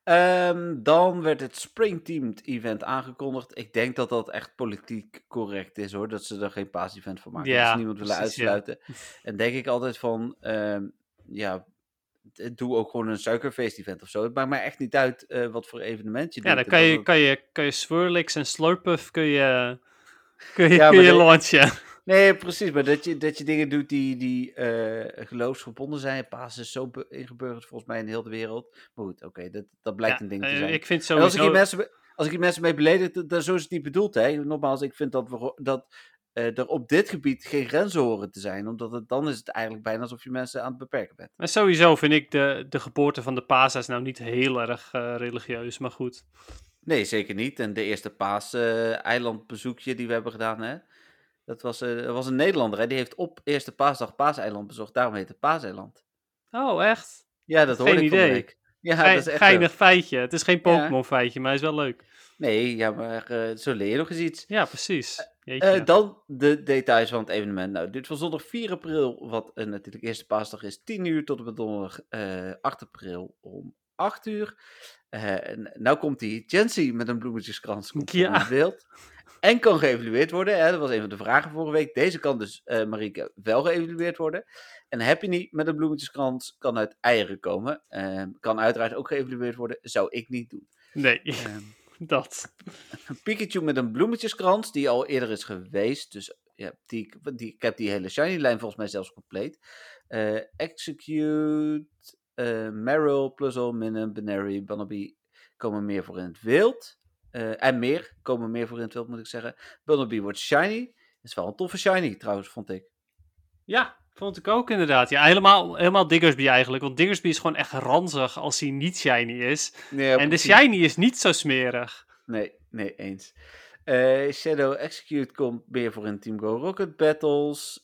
Um, dan werd het Spring-teamed event aangekondigd. Ik denk dat dat echt politiek correct is, hoor. Dat ze er geen paas-event van maken. Ja, dat ze niemand willen precies, uitsluiten. Ja. En denk ik altijd van, um, ja, doe ook gewoon een suikerfeest-event of zo. Het maakt mij echt niet uit uh, wat voor evenement je ja, doet. Ja, dan kan je, dat... kan je, kan je Swirlix en Slurpuff kun je, kun je, ja, kun je de... launchen. Nee, precies. Maar dat je, dat je dingen doet die, die uh, geloofsgebonden zijn. Paas is zo be- ingeburgerd volgens mij in heel de wereld. Maar goed, oké, okay, dat, dat blijkt ja, een ding te zijn. Ik vind sowieso... als ik hier mensen, als ik hier mensen mee beledig, dan zo is het niet bedoeld. Hè? Nogmaals, ik vind dat, we, dat uh, er op dit gebied geen grenzen horen te zijn. Omdat het, dan is het eigenlijk bijna alsof je mensen aan het beperken bent. Maar sowieso vind ik de, de geboorte van de paasha's nou niet heel erg uh, religieus, maar goed. Nee, zeker niet. En de eerste paas-eilandbezoekje uh, die we hebben gedaan, hè? Dat was, uh, dat was een Nederlander, hè? Die heeft op eerste paasdag Paaseiland bezocht. Daarom heet het Paaseiland. Oh, echt? Ja, dat hoorde geen ik van idee. de week. Ja, Ge- dat is echt geinig zo. feitje. Het is geen Pokémon ja. feitje, maar hij is wel leuk. Nee, ja, maar uh, zo leer je nog eens iets. Ja, precies. Uh, uh, dan de details van het evenement. Nou, dit was zondag vier april, wat uh, natuurlijk eerste paasdag is, tien uur tot en met donderdag uh, acht april om acht uur. Uh, en nou komt die Jency met een bloemetjeskrans komt ja. in het beeld. En kan geëvalueerd worden. Hè? Dat was een van de vragen vorige week. Deze kan dus, uh, Marieke, wel geëvalueerd worden. En Happy niet met een bloemetjeskrans kan uit eieren komen. Uh, kan uiteraard ook geëvalueerd worden. Zou ik niet doen. Nee, uh, dat. Een Pikachu met een bloemetjeskrans, die al eerder is geweest. Dus ja, die, die, ik heb die hele shiny lijn volgens mij zelfs compleet. Uh, Execute, uh, Meryl, Pluzzle, Minun, Benary, Bunnelby komen meer voor in het wild. Uh, en meer. Komen meer voor in het wild, moet ik zeggen. Bunnelby wordt shiny. Dat is wel een toffe shiny, trouwens, vond ik. Ja, vond ik ook inderdaad. Ja, helemaal, helemaal Diggersby eigenlijk. Want Diggersby is gewoon echt ranzig als hij niet shiny is. Nee, en precies. De shiny is niet zo smerig. Nee, nee, eens. Uh, Shadow Execute komt meer voor in Team Go Rocket Battles.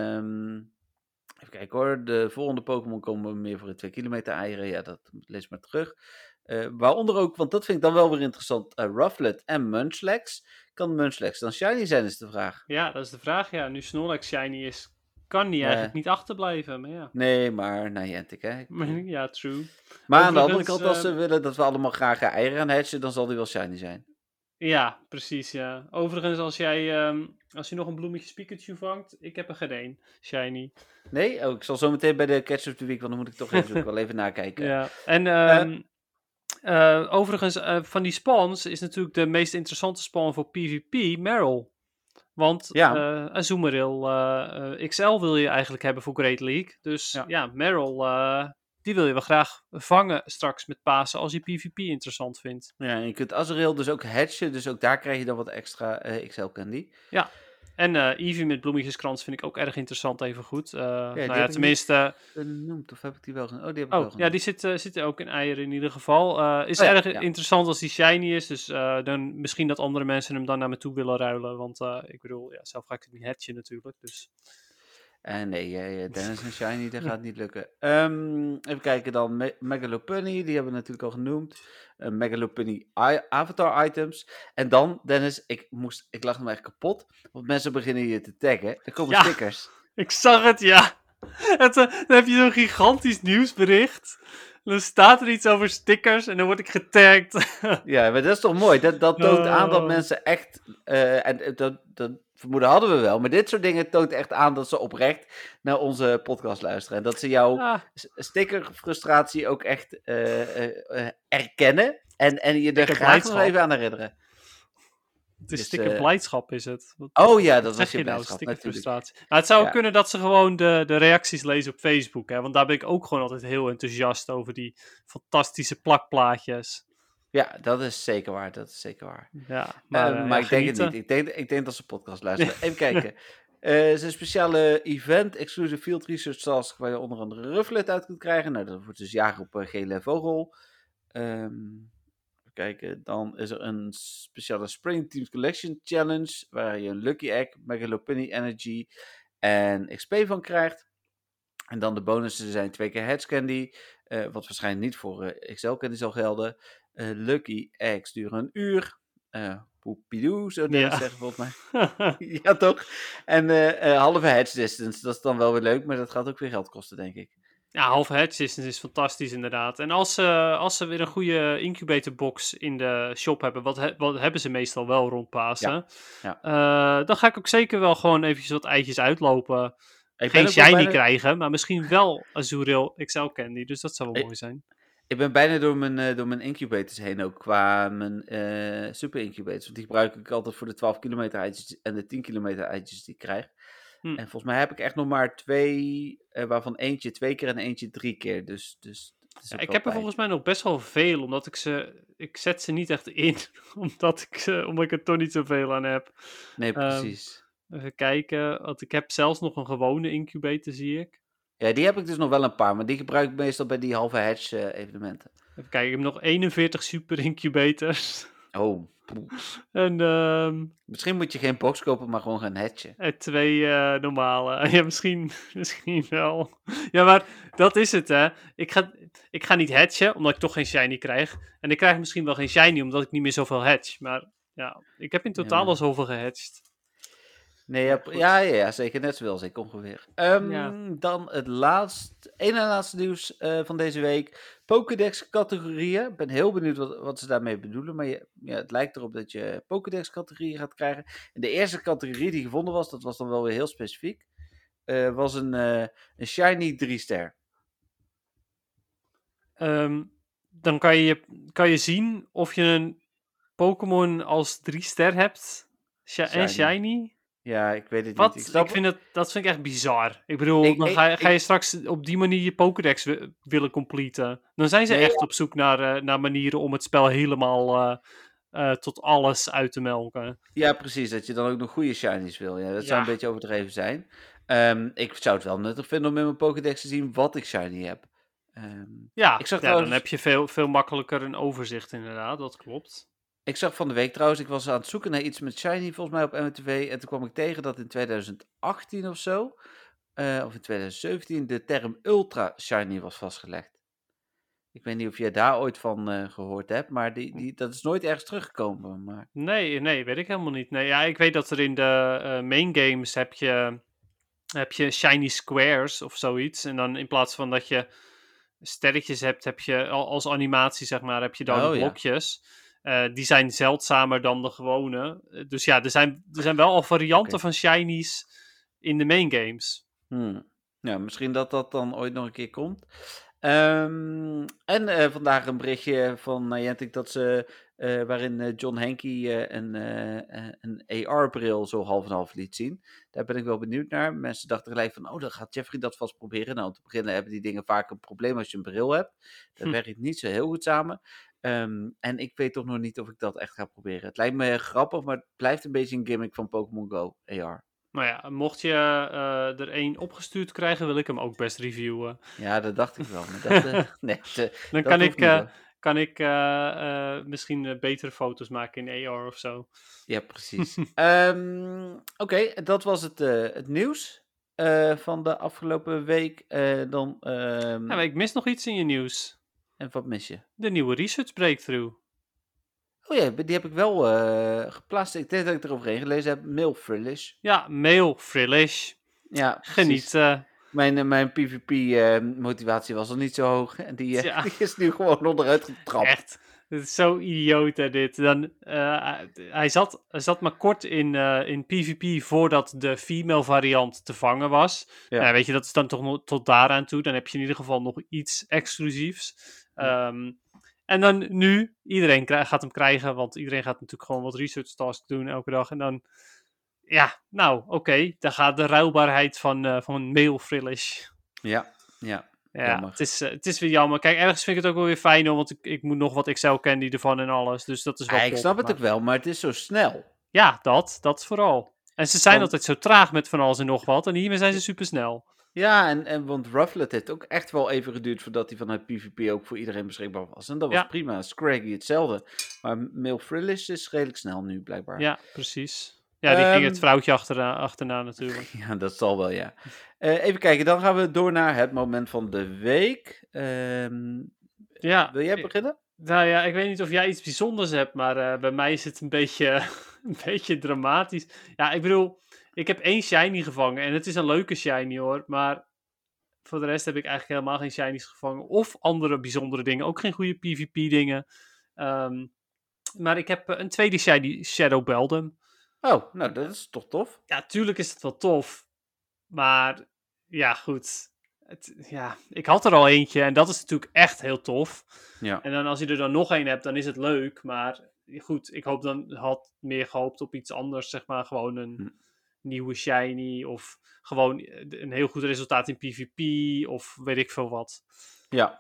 Um, even kijken hoor. De volgende Pokémon komen meer voor in twee kilometer eieren. Ja, dat lees maar terug. Uh, waaronder ook, want dat vind ik dan wel weer interessant, uh, Rufflet en Munchlax. Kan Munchlax dan shiny zijn, is de vraag. Ja, dat is de vraag. Ja, nu Snorlax shiny is, kan die eigenlijk uh, niet achterblijven. Maar ja. Nee, maar Niantic, hè. Ja, true. Maar aan de andere kant, als ze uh, willen dat we allemaal graag eieren gaan hatchen, dan zal die wel shiny zijn. Ja, precies, ja. Overigens, als jij um, als je nog een bloemetje Pikachu vangt, ik heb er geen één shiny. Nee? Oh, ik zal zo meteen bij de Catch of the Week, want dan moet ik toch even, wel even nakijken. Ja, en um, uh, uh, overigens, uh, van die spawns is natuurlijk de meest interessante spawn voor PvP Marill. Want ja. uh, Azumarill uh, uh, X L wil je eigenlijk hebben voor Great League. Dus ja, ja Marill, uh, die wil je wel graag vangen straks met Pasen als je PvP interessant vindt. Ja, en je kunt Azumarill dus ook hatchen, dus ook daar krijg je dan wat extra uh, X L candy. Ja, en uh, Eevee met bloemetjeskrans vind ik ook erg interessant, even goed. Uh, ja, nou ja, tenminste... Benoemd, of heb ik die wel genoemd? Oh, die heb ik oh, wel genoemd. Ja, die zit, uh, zit er ook in eieren in ieder geval. Uh, is oh, ja, erg ja. interessant als die shiny is, dus uh, dan misschien dat andere mensen hem dan naar me toe willen ruilen. Want uh, ik bedoel, ja, zelf ga ik het niet hatchen natuurlijk, dus... Uh, nee, uh, Dennis en Shiny, dat gaat niet lukken. Um, even kijken dan, Me- Megalopunny, die hebben we natuurlijk al genoemd. Uh, Megalopunny I- avatar items. En dan, Dennis, ik, moest, ik lag nog echt kapot, want mensen beginnen je te taggen. Er komen ja, stickers. Ik zag het, ja. Het, uh, dan heb je zo'n gigantisch nieuwsbericht. Dan staat er iets over stickers en dan word ik getagd. Ja, maar dat is toch mooi? Dat, dat toont uh... aan dat mensen echt... Uh, en dat... dat vermoeden hadden we wel, maar dit soort dingen toont echt aan dat ze oprecht naar onze podcast luisteren. En dat ze jouw ah. stickerfrustratie ook echt uh, uh, uh, erkennen en, en je er graag nog even aan herinneren. Het is dus, stickerblijdschap, uh... is het. Wat, oh ja, dat was je blijdschap. Stickerfrustratie. Nou, het zou ja. kunnen dat ze gewoon de, de reacties lezen op Facebook, hè, want daar ben ik ook gewoon altijd heel enthousiast over die fantastische plakplaatjes. Ja, dat is zeker waar. Dat is zeker waar. Ja, maar uh, maar ja, ik denk genieten. het niet. Ik denk, ik denk dat ze podcast luisteren. Even kijken. Uh, het is een speciale event, Exclusive Field Research Task, waar je onder andere Rufflet uit kunt krijgen. Nou, dat wordt dus jagen op uh, gele vogel. Um, even kijken. Dan is er een speciale Spring Teams Collection Challenge, waar je een Lucky Egg, Megalopunny Energy en X P van krijgt. En dan de bonussen zijn twee keer Hedge Candy, uh, wat waarschijnlijk niet voor uh, X L Candy zal gelden. Uh, Lucky Eggs duren een uur. Uh, Poepidoo, zo ja. zeggen volgens mij. Ja, toch? En uh, uh, halve hedge distance, dat is dan wel weer leuk, maar dat gaat ook weer geld kosten, denk ik. Ja, halve hedge distance is fantastisch inderdaad. En als, uh, als ze weer een goede incubator box in de shop hebben, wat, he- wat hebben ze meestal wel rond Pasen, ja. Ja. Uh, dan ga ik ook zeker wel gewoon eventjes wat eitjes uitlopen. Ik Geen shiny bijna... krijgen, maar misschien wel Azurill X L Candy, dus dat zou wel ik... mooi zijn. Ik ben bijna door mijn, uh, door mijn incubators heen ook, qua mijn uh, super incubators. Want die gebruik ik altijd voor de twaalf kilometer eitjes en de tien kilometer eitjes die ik krijg. Hm. En volgens mij heb ik echt nog maar twee, uh, waarvan eentje twee keer en eentje drie keer. Dus, dus ja, ik heb er volgens mij nog best wel veel, omdat ik ze, ik zet ze niet echt in, omdat ik, ze, omdat ik er toch niet zoveel aan heb. Nee, precies. Um, even kijken, want ik heb zelfs nog een gewone incubator, zie ik. Ja, die heb ik dus nog wel een paar, maar die gebruik ik meestal bij die halve hedge uh, evenementen. Even kijken, ik heb nog eenenveertig super incubators. Oh. En, um, misschien moet je geen box kopen, maar gewoon gaan hatchen. En twee uh, normale. Ja, misschien, misschien wel. Ja, maar dat is het, hè. Ik ga, ik ga niet hatchen, omdat ik toch geen shiny krijg. En ik krijg misschien wel geen shiny, omdat ik niet meer zoveel hatch. Maar ja, ik heb in totaal ja, al zoveel gehatcht. Nee, ja, ja, ja, ja, zeker. Net zoals ik ongeveer. Um, ja. Dan het laatste, één en laatste nieuws uh, van deze week. Pokédex-categorieën. Ik ben heel benieuwd wat, wat ze daarmee bedoelen. Maar je, ja, het lijkt erop dat je Pokédex-categorieën gaat krijgen. En de eerste categorie die gevonden was, dat was dan wel weer heel specifiek, uh, was een, uh, een shiny drie ster. Um, dan kan je, kan je zien of je een Pokémon als drie ster hebt. Sh- shiny. En shiny. Ja, ik weet het Wat? niet. Ik, ik vind het, dat vind ik echt bizar. Ik bedoel, ik, dan ik, ga, je, ga je ik, straks op die manier je Pokédex w- willen completen. Dan zijn ze nee, echt ja. op zoek naar, uh, naar manieren om het spel helemaal uh, uh, tot alles uit te melken. Ja, precies. Dat je dan ook nog goede shinies wil. Ja, dat zou Ja. een beetje overdreven zijn. Um, ik zou het wel nuttig vinden om in mijn Pokédex te zien wat ik shiny heb. Um, ja, ik zag ja trouwens... dan heb je veel, veel makkelijker een overzicht inderdaad, dat klopt. Ik zag van de week trouwens, ik was aan het zoeken naar iets met shiny volgens mij op M M T V. En toen kwam ik tegen dat in twintig achttien of zo, uh, of in twintig zeventien, de term ultra shiny was vastgelegd. Ik weet niet of je daar ooit van uh, gehoord hebt, maar die, die, dat is nooit ergens teruggekomen. Maar... Nee, nee, weet ik helemaal niet. Nee, ja, ik weet dat er in de uh, main games heb je, heb je shiny squares of zoiets. En dan in plaats van dat je sterretjes hebt, heb je als animatie, zeg maar, heb je dan oh, blokjes. Ja. Uh, die zijn zeldzamer dan de gewone. Dus ja, er zijn, er zijn wel al varianten okay. van shinies in de main games. Hmm. Ja, misschien dat dat dan ooit nog een keer komt. Um, en uh, vandaag een berichtje van Niantic dat ze, uh, waarin uh, John Henke uh, een, uh, een A R-bril zo half en half liet zien. Daar ben ik wel benieuwd naar. Mensen dachten gelijk van, oh, dan gaat Jeffrey dat vast proberen. Nou, om te beginnen hebben die dingen vaak een probleem als je een bril hebt. Dat hm. werkt niet zo heel goed samen. Um, en ik weet toch nog niet of ik dat echt ga proberen. Het lijkt me grappig, maar het blijft een beetje een gimmick van Pokémon Go A R. Nou ja, mocht je uh, er één opgestuurd krijgen, wil ik hem ook best reviewen. Ja, dat dacht ik wel. Maar dat, uh, nee, te, Dan dat kan ik, niet, uh, kan ik uh, uh, misschien uh, betere foto's maken in A R of zo. Ja, precies. um, Oké, okay, dat was het, uh, het nieuws uh, van de afgelopen week. Uh, dan, um... ja, maar ik mis nog iets in je nieuws. En wat mis je? De nieuwe research breakthrough. Oh ja, die heb ik wel uh, geplaatst. Ik denk dat ik eroverheen gelezen heb. Mail Frillish. Ja, Mail Frillish. Ja, genieten. Uh, mijn, uh, mijn PvP-motivatie uh, was al niet zo hoog. En die, uh, ja. die is nu gewoon onderuit getrapt. Echt. Dit is zo idioot, hè, dit. Dan, uh, hij, zat, hij zat maar kort in, uh, in PvP voordat de female variant te vangen was. Ja. Nou, weet je, dat is dan toch nog tot daaraan toe. Dan heb je in ieder geval nog iets exclusiefs. Ja. Um, en dan nu, iedereen krijg, gaat hem krijgen, want iedereen gaat natuurlijk gewoon wat research tasks doen elke dag. En dan, ja, nou, oké. Okay, dan gaat de ruilbaarheid van, uh, van Mail Frillish. Ja, ja. Ja, het is, uh, het is weer jammer. Kijk, ergens vind ik het ook wel weer fijn, hoor, want ik, ik moet nog wat Excel-candy ervan en alles. Dus dat is wel ah, top, ik snap maar... het ook wel, maar het is zo snel. Ja, dat. Dat vooral. En ze zijn want... altijd zo traag met van alles en nog wat. En hiermee zijn ze super snel. Ja, en, en want Rufflet heeft ook echt wel even geduurd voordat hij vanuit PvP ook voor iedereen beschikbaar was. En dat was ja. prima. Scraggy hetzelfde. Maar Mail Frillish is redelijk snel nu, blijkbaar. Ja, precies. Ja, die um, ging het vrouwtje achterna, achterna natuurlijk. Ja, dat zal wel, ja. Uh, even kijken, dan gaan we door naar het moment van de week. Um, ja. Wil jij beginnen? Nou ja, ik weet niet of jij iets bijzonders hebt, maar uh, bij mij is het een beetje, een beetje dramatisch. Ja, ik bedoel, ik heb één shiny gevangen en het is een leuke shiny hoor, maar voor de rest heb ik eigenlijk helemaal geen shinies gevangen. Of andere bijzondere dingen, ook geen goede PvP dingen. Um, maar ik heb uh, een tweede shiny, Shadow Beldum. Oh, nou dat is toch tof? Ja, tuurlijk is het wel tof. Maar, ja goed. Het, ja, ik had er al eentje en dat is natuurlijk echt heel tof. Ja. En dan als je er dan nog één hebt, dan is het leuk. Maar goed, ik hoop dan, had meer gehoopt op iets anders. Zeg maar gewoon een hm. nieuwe shiny of gewoon een heel goed resultaat in PvP of weet ik veel wat. Ja.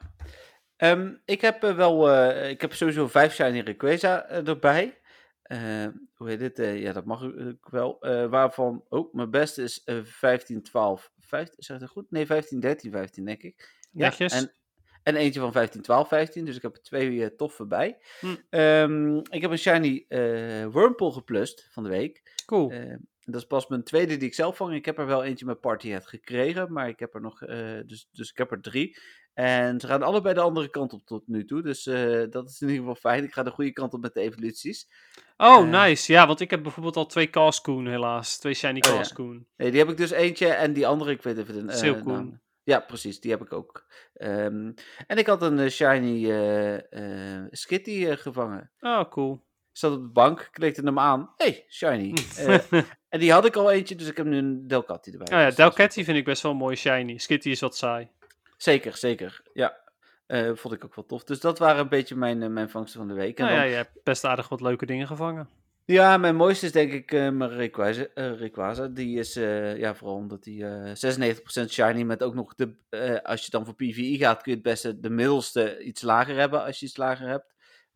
Um, ik heb uh, wel, uh, ik heb sowieso vijf shiny Rayquaza uh, erbij. Uh, hoe heet dit? Uh, ja, dat mag ik wel. Uh, waarvan, oh, mijn beste is uh, vijftien, twaalf, vijftien, zeg ik dat goed? Nee, vijftien, dertien, vijftien, denk ik. Netjes. Ja, en, en eentje van vijftien, twaalf, vijftien, dus ik heb er twee uh, toffe bij. Hm. Um, ik heb een shiny uh, Wurmple geplust van de week. Cool. Uh, dat is pas mijn tweede die ik zelf vang. Ik heb er wel eentje met Partyhead gekregen, maar ik heb er nog, uh, dus, dus ik heb er drie. En ze gaan allebei de andere kant op tot nu toe. Dus uh, dat is in ieder geval fijn. Ik ga de goede kant op met de evoluties. Oh, uh, nice. Ja, want ik heb bijvoorbeeld al twee Cascoon helaas. Twee shiny oh, Cascoon. Ja. Nee, die heb ik dus eentje. En die andere, ik weet even de uh, Silcoon. naam. Ja, precies. Die heb ik ook. Um, en ik had een uh, shiny uh, uh, Skitty uh, gevangen. Oh, cool. Ik zat op de bank, klikte hem aan. Hey, shiny. uh, en die had ik al eentje, dus ik heb nu een Delcatty erbij. Oh ja, dus Delcatty vind ik best wel een mooie shiny. Skitty is wat saai. Zeker, zeker. Ja. Uh, vond ik ook wel tof. Dus dat waren een beetje mijn, uh, mijn vangsten van de week. En nou dan... ja, je hebt best aardig wat leuke dingen gevangen. Ja, mijn mooiste is denk ik uh, mijn Rayquaza. Uh, Rayquaza. Die is, uh, ja, vooral omdat die uh, zesennegentig procent shiny met ook nog de, uh, als je dan voor PvE gaat, kun je het beste de middelste iets lager hebben als je iets lager hebt.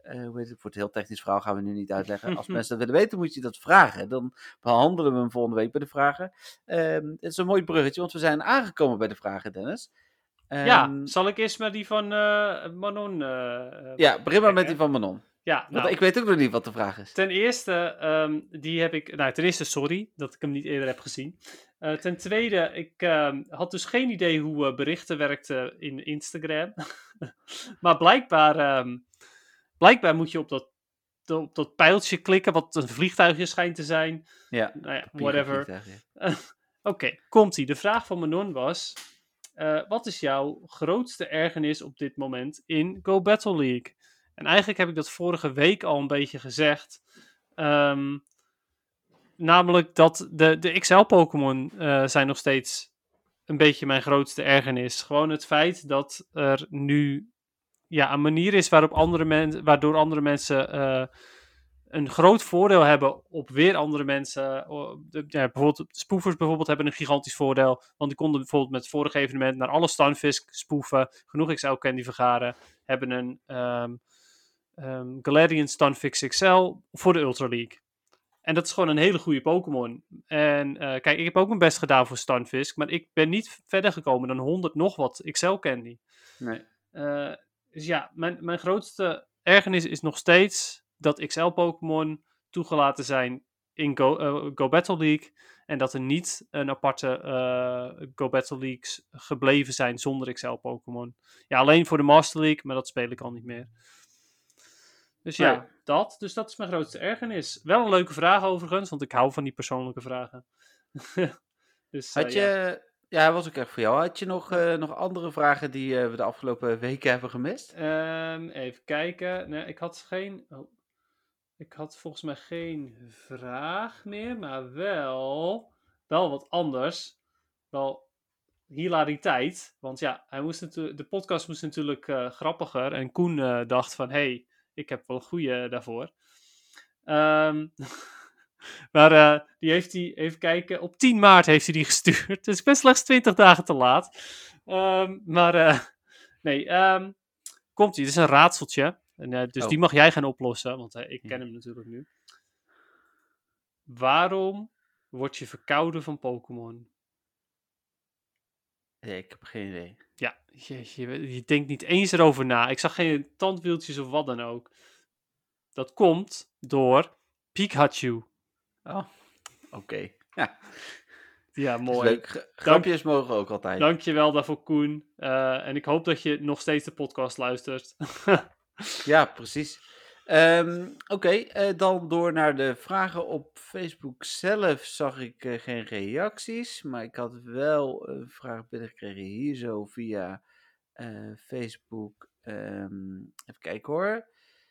Uh, hoe heet het, voor het heel technisch verhaal gaan we nu niet uitleggen. Als mensen dat willen weten, moet je dat vragen. Dan behandelen we hem volgende week bij de vragen. Um, het is een mooi bruggetje, want we zijn aangekomen bij de vragen, Dennis. Um, ja, zal ik eerst met die van uh, Manon... Uh, ja, begin maar met die van Manon. Ja, nou, want ik weet ook nog niet wat de vraag is. Ten eerste, um, die heb ik... Nou, ten eerste, sorry dat ik hem niet eerder heb gezien. Uh, ten tweede, ik uh, had dus geen idee hoe uh, berichten werkten in Instagram. Maar blijkbaar, um, blijkbaar moet je op dat, op dat pijltje klikken, wat een vliegtuigje schijnt te zijn. Ja, nou ja whatever. Ja. Uh, Oké, okay, komt-ie. De vraag van Manon was... Uh, wat is jouw grootste ergernis op dit moment in Go Battle League? En eigenlijk heb ik dat vorige week al een beetje gezegd. Um, namelijk dat de, de X L-Pokémon uh, zijn nog steeds een beetje mijn grootste ergernis. Gewoon het feit dat er nu ja, een manier is waarop andere men, waardoor andere mensen uh, een groot voordeel hebben op weer andere mensen. De, ja, bijvoorbeeld spoefers bijvoorbeeld hebben een gigantisch voordeel. Want die konden bijvoorbeeld met het vorige evenement naar alle Stunfisk spoeven, genoeg X L-candy vergaren, hebben een um, um, Galarian Stunfisk X L voor de Ultra League. En dat is gewoon een hele goede Pokémon. En uh, kijk, ik heb ook mijn best gedaan voor Stunfisk, maar ik ben niet verder gekomen dan honderd nog wat X L-candy. Nee. Uh, dus ja, mijn, mijn grootste ergernis is nog steeds dat X L-Pokémon toegelaten zijn in Go, uh, Go Battle League. En dat er niet een aparte uh, Go Battle Leagues gebleven zijn zonder X L-Pokémon. Ja, alleen voor de Master League, maar dat speel ik al niet meer. Dus ja, nee. dat. Dus dat is mijn grootste ergernis. Wel een leuke vraag overigens, want ik hou van die persoonlijke vragen. dus, uh, Had je... Ja. Ja, dat was ook echt voor jou. Had je nog, uh, nog andere vragen die uh, we de afgelopen weken hebben gemist? Um, even kijken. Nee, ik had geen... Oh. Ik had volgens mij geen vraag meer, maar wel... Wel wat anders. Wel hilariteit. Want ja, hij moest natu- de podcast moest natuurlijk uh, grappiger. En Koen uh, dacht van... Hé, hey, ik heb wel een goeie daarvoor. Um, maar uh, die heeft hij... Even kijken. Op tien maart heeft hij die gestuurd. Dus best slechts twintig dagen te laat. Um, maar... Uh, nee, um, komt-ie. Dit is een raadseltje. En, uh, dus oh. die mag jij gaan oplossen, want uh, ik ken hem natuurlijk nu. Waarom word je verkouden van Pokémon? Nee, ik heb geen idee. Ja, je, je, je denkt niet eens erover na. Ik zag geen tandwieltjes of wat dan ook. Dat komt door Pikachu. Oh, oké. Okay. Ja. Ja, mooi. Leuk. Grapjes Dank, mogen ook altijd. Dankjewel daarvoor, Koen. Uh, en ik hoop dat je nog steeds de podcast luistert. Ja, precies. Um, Oké, okay, uh, dan door naar de vragen op Facebook zelf zag ik uh, geen reacties. Maar ik had wel een vraag binnengekregen hier zo via uh, Facebook. Um, even kijken hoor.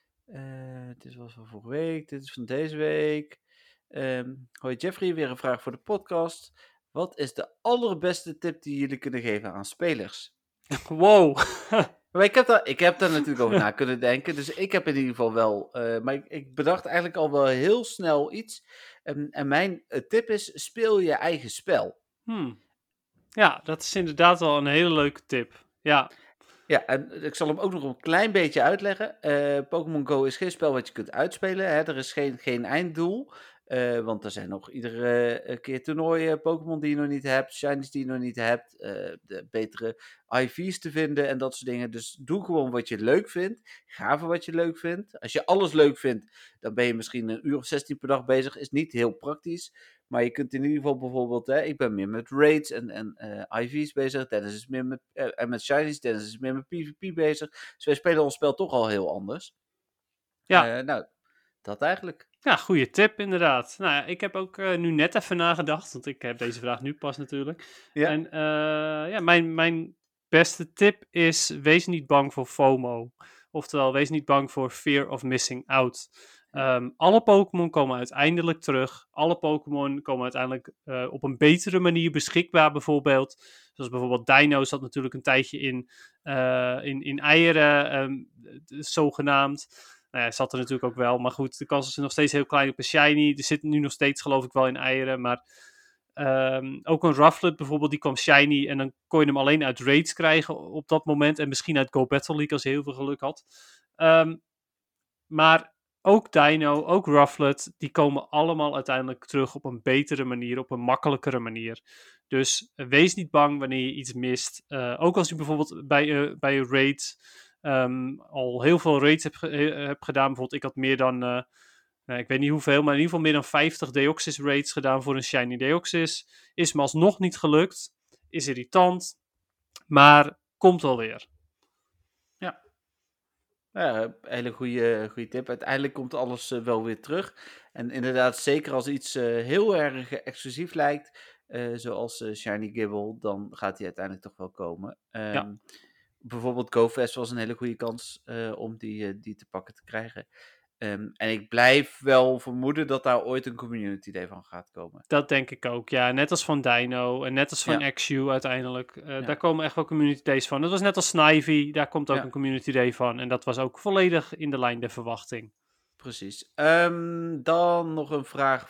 Uh, dit was van vorige week, dit is van deze week. Um, hoi Jeffrey, weer een vraag voor de podcast. Wat is de allerbeste tip die jullie kunnen geven aan spelers? Wow. Maar ik heb, daar, ik heb daar natuurlijk over na kunnen denken. Dus ik heb in ieder geval wel... Uh, maar ik, ik bedacht eigenlijk al wel heel snel iets. En, en mijn uh, tip is, speel je eigen spel. Hmm. Ja, dat is inderdaad wel een hele leuke tip. Ja. Ja, en ik zal hem ook nog een klein beetje uitleggen. Uh, Pokémon Go is geen spel wat je kunt uitspelen. Hè? Er is geen, geen einddoel. Uh, want er zijn nog iedere uh, keer toernooien, Pokémon die je nog niet hebt, shinies die je nog niet hebt, uh, de betere I V's te vinden en dat soort dingen. Dus doe gewoon wat je leuk vindt. Ga voor wat je leuk vindt. Als je alles leuk vindt, dan ben je misschien een uur of zestien per dag bezig. Is niet heel praktisch. Maar je kunt in ieder geval bijvoorbeeld, hè, ik ben meer met raids en, en uh, I V's bezig. Dennis is meer met, uh, en met shinies. Dennis is meer met PvP bezig. Dus wij spelen ons spel toch al heel anders. Ja. Uh, nou, dat eigenlijk. Ja, goede tip inderdaad. Nou ja, ik heb ook uh, nu net even nagedacht, want ik heb deze vraag nu pas natuurlijk. Ja. En uh, ja, mijn, mijn beste tip is, wees niet bang voor FOMO. Oftewel, wees niet bang voor fear of missing out. Um, alle Pokémon komen uiteindelijk terug. Alle Pokémon komen uiteindelijk uh, op een betere manier beschikbaar bijvoorbeeld. Zoals bijvoorbeeld Dino zat natuurlijk een tijdje in, uh, in, in eieren, um, zogenaamd. Nou ja, zat er natuurlijk ook wel. Maar goed, de kans is nog steeds heel klein op een shiny. Er zit nu nog steeds geloof ik wel in eieren. Maar um, ook een Rufflet bijvoorbeeld, die kwam shiny. En dan kon je hem alleen uit raids krijgen op dat moment. En misschien uit Go Battle League als je heel veel geluk had. Um, maar ook Dino, ook Rufflet, die komen allemaal uiteindelijk terug op een betere manier, op een makkelijkere manier. Dus uh, wees niet bang wanneer je iets mist. Uh, ook als je bijvoorbeeld bij, uh, bij een raid um, al heel veel raids hebt, ge- uh, hebt gedaan. Bijvoorbeeld, ik had meer dan, uh, uh, ik weet niet hoeveel, maar in ieder geval meer dan vijftig Deoxys raids gedaan voor een Shiny Deoxys. Is me alsnog niet gelukt. Is irritant, maar komt wel weer. Ja. Ja, hele goede, goede tip. Uiteindelijk komt alles uh, wel weer terug. En inderdaad, zeker als iets uh, heel erg uh, exclusief lijkt, uh, zoals uh, Shiny Gibble, dan gaat die uiteindelijk toch wel komen. Um, Ja. Bijvoorbeeld GoFest was een hele goede kans uh, om die, uh, die te pakken te krijgen. Um, en ik blijf wel vermoeden dat daar ooit een community day van gaat komen. Dat denk ik ook, ja. Net als van Dino en net als van Ja. X U uiteindelijk. Uh, Ja. Daar komen echt wel community days van. Dat was net als Snivy, daar komt ook Ja. een community day van. En dat was ook volledig in de lijn der verwachting. Precies. Um, dan nog een vraag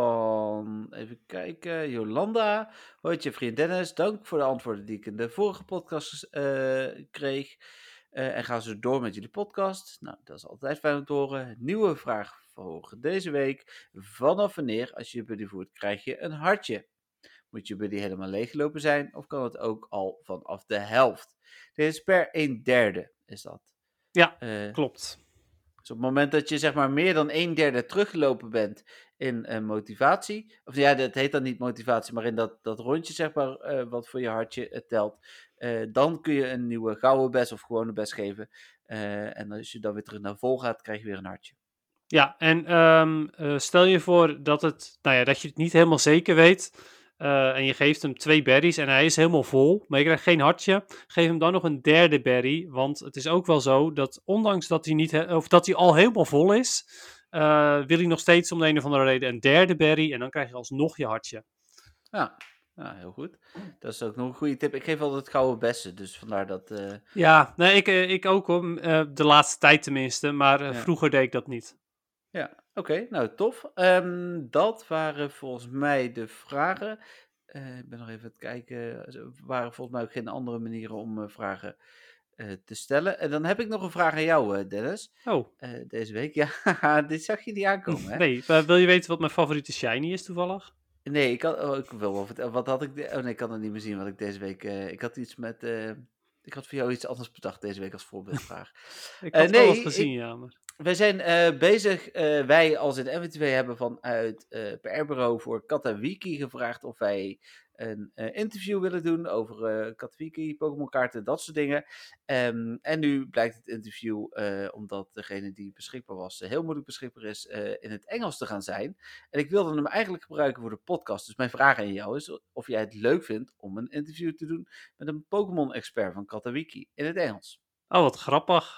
van, even kijken, Jolanda. Hoi, Jeffrey en Dennis. Dank voor de antwoorden die ik in de vorige podcast uh, kreeg. Uh, en gaan ze door met jullie podcast. Nou, dat is altijd fijn om te horen. Nieuwe vraag voor deze week. Vanaf wanneer, als je je buddy voert, krijg je een hartje? Moet je buddy helemaal leeggelopen zijn? Of kan het ook al vanaf de helft? Dit is per een derde, is dat. Ja, uh, klopt. Dus op het moment dat je zeg maar meer dan een derde teruggelopen bent in uh, motivatie, of ja, dat heet dan niet motivatie, maar in dat, dat rondje zeg maar, uh, wat voor je hartje uh, telt, uh, dan kun je een nieuwe gouden best of gewone best geven. Uh, en als je dan weer terug naar vol gaat, krijg je weer een hartje. Ja, en um, uh, stel je voor dat, het, nou ja, dat je het niet helemaal zeker weet. Uh, en je geeft hem twee berries en hij is helemaal vol, maar je krijgt geen hartje. Geef hem dan nog een derde berry, want het is ook wel zo dat ondanks dat hij, niet he- of dat hij al helemaal vol is, uh, wil hij nog steeds om de een of andere reden een derde berry en dan krijg je alsnog je hartje. Ja, ja, heel goed. Dat is ook nog een goede tip. Ik geef altijd gouden bessen, dus vandaar dat... Uh... Ja, nee, ik, ik ook hoor, uh, de laatste tijd tenminste, maar uh, ja. vroeger deed ik dat niet. Ja, oké, okay, nou tof. Um, dat waren volgens mij de vragen. Uh, ik ben nog even aan het kijken. Er waren volgens mij ook geen andere manieren om uh, vragen uh, te stellen. En dan heb ik nog een vraag aan jou, uh, Dennis. Oh. Uh, deze week. Ja, dit zag je niet aankomen, hè? Nee, uh, wil je weten wat mijn favoriete shiny is toevallig? Nee, ik had, oh, ik wil wel vertellen. Wat had ik? De, oh nee, ik kan het niet meer zien wat ik deze week... Uh, ik had iets met... Uh, ik had voor jou iets anders bedacht deze week als voorbeeldvraag. ik had uh, nee, wel wat gezien, ik, ja. Maar... Wij zijn uh, bezig, uh, wij als in M W twee hebben vanuit uh, P R-bureau voor Katawiki gevraagd of wij een uh, interview willen doen over uh, Katawiki, Pokémon kaarten, dat soort dingen. Um, en nu blijkt het interview, uh, omdat degene die beschikbaar was, uh, heel moeilijk beschikbaar is, uh, in het Engels te gaan zijn. En ik wilde hem eigenlijk gebruiken voor de podcast. Dus mijn vraag aan jou is of jij het leuk vindt om een interview te doen met een Pokémon-expert van Katawiki in het Engels. Oh, wat grappig.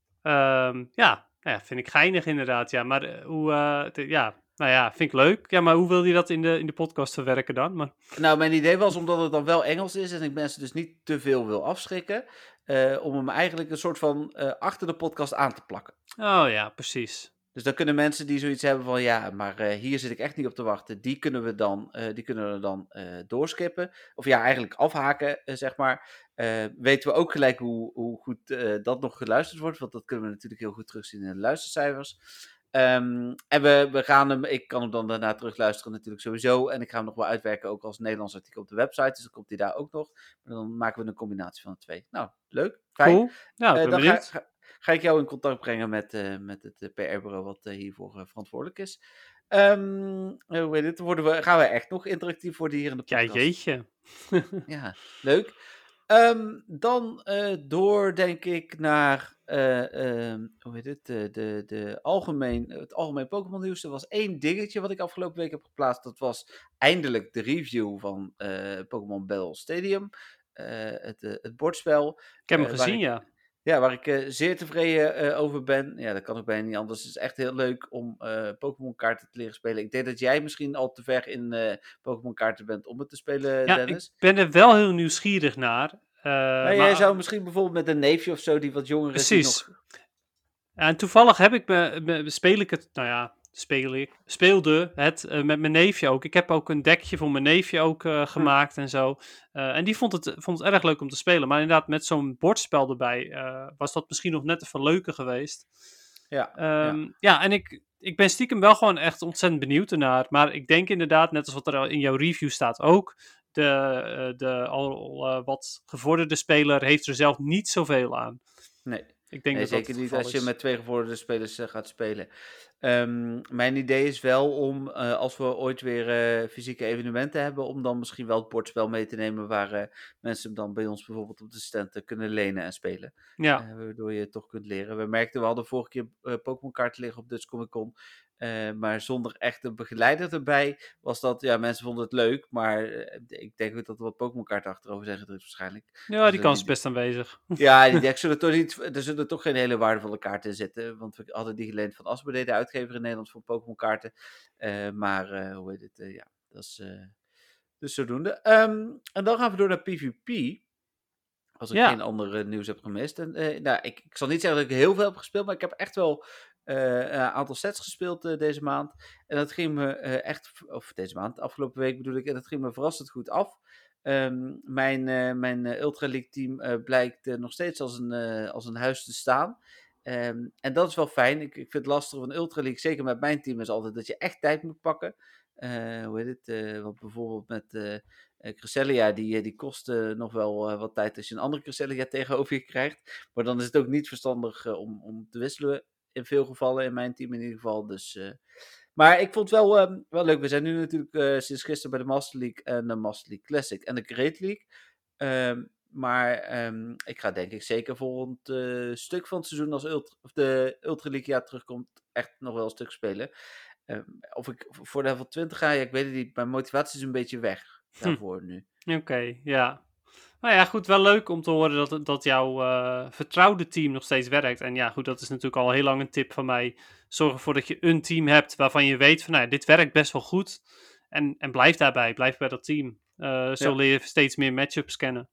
Um, ja. Ja, vind ik geinig inderdaad, ja. Maar uh, hoe, uh, te, ja, nou ja, vind ik leuk. Ja, maar hoe wil je dat in de, in de podcast verwerken dan? Maar... Nou, mijn idee was, omdat het dan wel Engels is en ik mensen dus niet te veel wil afschrikken, uh, om hem eigenlijk een soort van uh, achter de podcast aan te plakken. Oh ja, precies. Dus dan kunnen mensen die zoiets hebben van, ja, maar uh, hier zit ik echt niet op te wachten, die kunnen we dan, uh, die kunnen we dan uh, doorskippen. Of ja, eigenlijk afhaken, uh, zeg maar. Uh, weten we ook gelijk hoe, hoe goed uh, dat nog geluisterd wordt, want dat kunnen we natuurlijk heel goed terugzien in de luistercijfers. Um, en we, we gaan hem, ik kan hem dan daarna terugluisteren natuurlijk sowieso. En ik ga hem nog wel uitwerken ook als Nederlands artikel op de website. Dus dan komt hij daar ook nog. Maar dan maken we een combinatie van de twee. Nou, leuk. Fijn. Cool. Ja, ik ben uh, dan benieuwd. ga, ga, ga ik jou in contact brengen met, uh, met het uh, P R-bureau wat uh, hiervoor uh, verantwoordelijk is. Um, hoe heet het? Worden we, gaan we echt nog interactief worden hier in de podcast? Ja, jeetje. Ja, leuk. Um, dan uh, door, denk ik, naar uh, um, hoe heet het? De, de, de algemeen, het algemeen Pokémon nieuws. Er was één dingetje wat ik afgelopen week heb geplaatst. Dat was eindelijk de review van uh, Pokémon Battle Stadium. Uh, het, uh, het bordspel. Ik heb hem uh, gezien, ik, ja. Ja, waar ik uh, zeer tevreden uh, over ben. Ja, dat kan ook bijna niet anders. Het is echt heel leuk om uh, Pokémon kaarten te leren spelen. Ik denk dat jij misschien al te ver in uh, Pokémon kaarten bent om het te spelen, ja, Dennis. Ik ben er wel heel nieuwsgierig naar. Uh, nou, maar... Jij zou misschien bijvoorbeeld met een neefje of zo die wat jonger is. Precies. Nog... Ja, en toevallig heb ik me, me, speel ik het, nou ja, speel ik, speelde het uh, met mijn neefje ook. Ik heb ook een dekje voor mijn neefje ook uh, gemaakt hm. en zo. Uh, en die vond het, vond het erg leuk om te spelen. Maar inderdaad, met zo'n bordspel erbij uh, was dat misschien nog net even leuker geweest. Ja, ja. Um, ja, en ik, ik ben stiekem wel gewoon echt ontzettend benieuwd ernaar. Maar ik denk inderdaad, net als wat er al in jouw review staat ook, de, uh, de al uh, wat gevorderde speler heeft er zelf niet zoveel aan. Nee. Ik denk Nee, dat dat zeker het niet geval als je is. met twee gevorderde spelers uh, gaat spelen. Um, mijn idee is wel om, uh, als we ooit weer uh, fysieke evenementen hebben, om dan misschien wel het bordspel mee te nemen waar uh, mensen hem dan bij ons bijvoorbeeld op de stand uh, kunnen lenen en spelen. Ja. Uh, waardoor je het toch kunt leren. We merkten, we hadden vorige keer uh, Pokémon kaarten liggen op Dutch Comic Con. Uh, maar zonder echt een begeleider erbij was dat, ja, mensen vonden het leuk, maar uh, ik denk ook dat er wat Pokémon kaarten achterover zijn gedrukt waarschijnlijk. Ja, dus die kans is die, best aanwezig. ja, die decks zullen toch niet, er zullen toch geen hele waardevolle kaarten in zitten, want we hadden die geleend van Asmodee, de uitgever in Nederland voor Pokémon kaarten. Uh, maar, uh, hoe heet het, uh, ja, dat is uh, dus zodoende. Um, en dan gaan we door naar PvP. Als ik Ja. geen ander uh, nieuws heb gemist. En, uh, nou, ik, ik zal niet zeggen dat ik heel veel heb gespeeld, maar ik heb echt wel uh, een aantal sets gespeeld uh, deze maand. En dat ging me uh, echt, of deze maand, afgelopen week bedoel ik, en dat ging me verrassend goed af. Um, mijn uh, mijn uh, Ultra League team uh, blijkt uh, nog steeds als een, uh, als een huis te staan. Um, en dat is wel fijn. Ik, ik vind het lastig van Ultra League, zeker met mijn team, is altijd dat je echt tijd moet pakken. Uh, hoe heet het? Uh, want bijvoorbeeld met uh, uh, Cresselia, die, die kost uh, nog wel uh, wat tijd als je een andere Cresselia tegenover je krijgt. Maar dan is het ook niet verstandig uh, om, om te wisselen. In veel gevallen, in mijn team in ieder geval. Dus, uh, maar ik vond het wel, uh, wel leuk. We zijn nu natuurlijk uh, sinds gisteren bij de Master League en de Master League Classic en de Great League. Um, maar um, ik ga denk ik zeker volgend uh, stuk van het seizoen als Ultra, of de Ultra League ja, terugkomt, echt nog wel een stuk spelen. Um, of ik voor de level twintig ga, ja, ik weet het niet. Mijn motivatie is een beetje weg daarvoor hm. nu. Oké, okay, ja. Nou ja, goed, wel leuk om te horen dat, dat jouw uh, vertrouwde team nog steeds werkt. En ja, goed, dat is natuurlijk al heel lang een tip van mij. Zorg ervoor dat je een team hebt waarvan je weet van, nou ja, dit werkt best wel goed. En, en blijf daarbij, blijf bij dat team. Uh, zo ja. leer je steeds meer matchups kennen.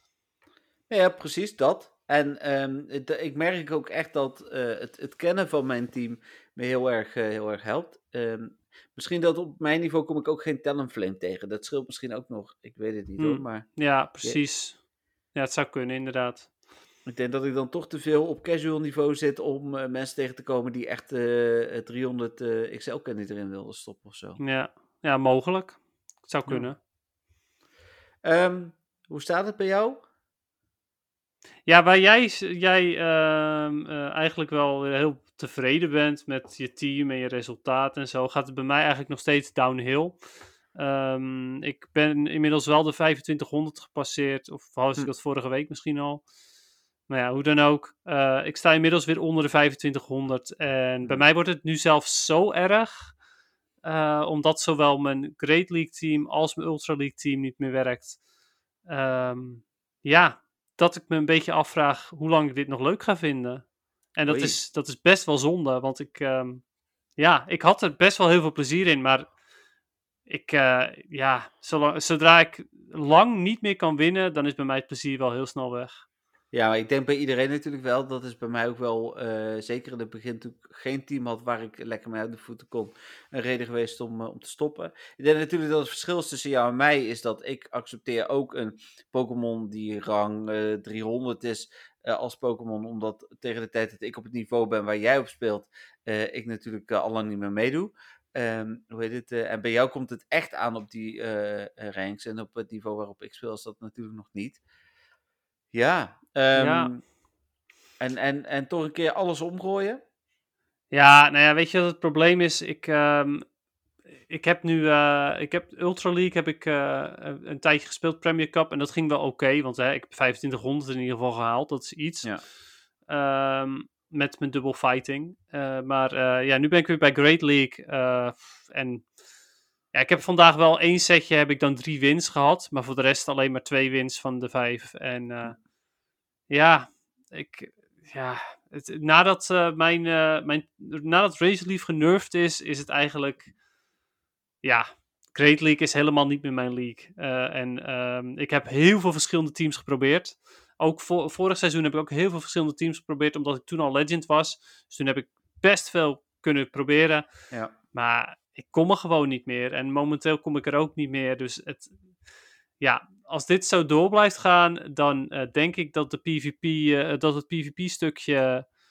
Ja, precies, dat. En um, het, ik merk ook echt dat uh, het, het kennen van mijn team me heel erg, uh, heel erg helpt. Um, misschien dat op mijn niveau kom ik ook geen Talonflame tegen. Dat scheelt misschien ook nog. Ik weet het niet hmm. hoor, maar... Ja, precies. Ja. ja, het zou kunnen, inderdaad. Ik denk dat ik dan toch te veel op casual niveau zit om uh, mensen tegen te komen die echt uh, driehonderd uh, X L-candy erin wilden stoppen of zo. Ja, ja mogelijk. Het zou kunnen. Ja. Um, hoe staat het bij jou? Ja, waar jij, jij uh, uh, eigenlijk wel heel tevreden bent met je team en je resultaten en zo, gaat het bij mij eigenlijk nog steeds downhill. Um, ik ben inmiddels wel de vijfentwintighonderd gepasseerd, of was ik dat vorige week misschien al. Maar ja, hoe dan ook. Uh, ik sta inmiddels weer onder de vijfentwintighonderd en bij mij wordt het nu zelfs zo erg, uh, omdat zowel mijn Great League team als mijn Ultra League team niet meer werkt. Um, ja, dat ik me een beetje afvraag hoe lang ik dit nog leuk ga vinden. En dat, is, dat is best wel zonde, want ik, um, ja, ik had er best wel heel veel plezier in, maar ik, uh, ja, zolang, zodra ik lang niet meer kan winnen, dan is bij mij het plezier wel heel snel weg. Ja, maar ik denk bij iedereen natuurlijk wel. Dat is bij mij ook wel, uh, zeker in het begin toen ik geen team had waar ik lekker mee uit de voeten kon, een reden geweest om, uh, om te stoppen. Ik denk natuurlijk dat het verschil is tussen jou en mij is dat ik accepteer ook een Pokémon die rang uh, driehonderd is uh, als Pokémon, omdat tegen de tijd dat ik op het niveau ben waar jij op speelt, uh, ik natuurlijk uh, al lang niet meer meedoe. Um, hoe heet het? Uh, en bij jou komt het echt aan op die uh, ranks en op het niveau waarop ik speel is dat natuurlijk nog niet. Ja, um, ja. En, en, en toch een keer alles omgooien? Ja, nou ja, weet je wat het probleem is? Ik, um, ik heb nu, uh, ik heb Ultra League heb ik uh, een, een tijdje gespeeld, Premier Cup, en dat ging wel oké, okay, want hè, ik heb vijfentwintighonderd in ieder geval gehaald, dat is iets. Ja. Um, met mijn double fighting. Uh, maar uh, ja, nu ben ik weer bij Great League. Uh, en ja, ik heb vandaag wel één setje, heb ik dan drie wins gehad, maar voor de rest alleen maar twee wins van de vijf. En uh, ja, ik... Ja, het, nadat, uh, mijn, uh, mijn, nadat Razor Leaf genervd is, is het eigenlijk... Ja, Great League is helemaal niet meer mijn league. Uh, en um, ik heb heel veel verschillende teams geprobeerd. Ook vo- vorig seizoen heb ik ook heel veel verschillende teams geprobeerd, omdat ik toen al Legend was. Dus toen heb ik best veel kunnen proberen. Ja. Maar ik kom er gewoon niet meer. En momenteel kom ik er ook niet meer. Dus het... Ja, als dit zo door blijft gaan, dan uh, denk ik dat, de PvP, uh, dat het PvP-stukje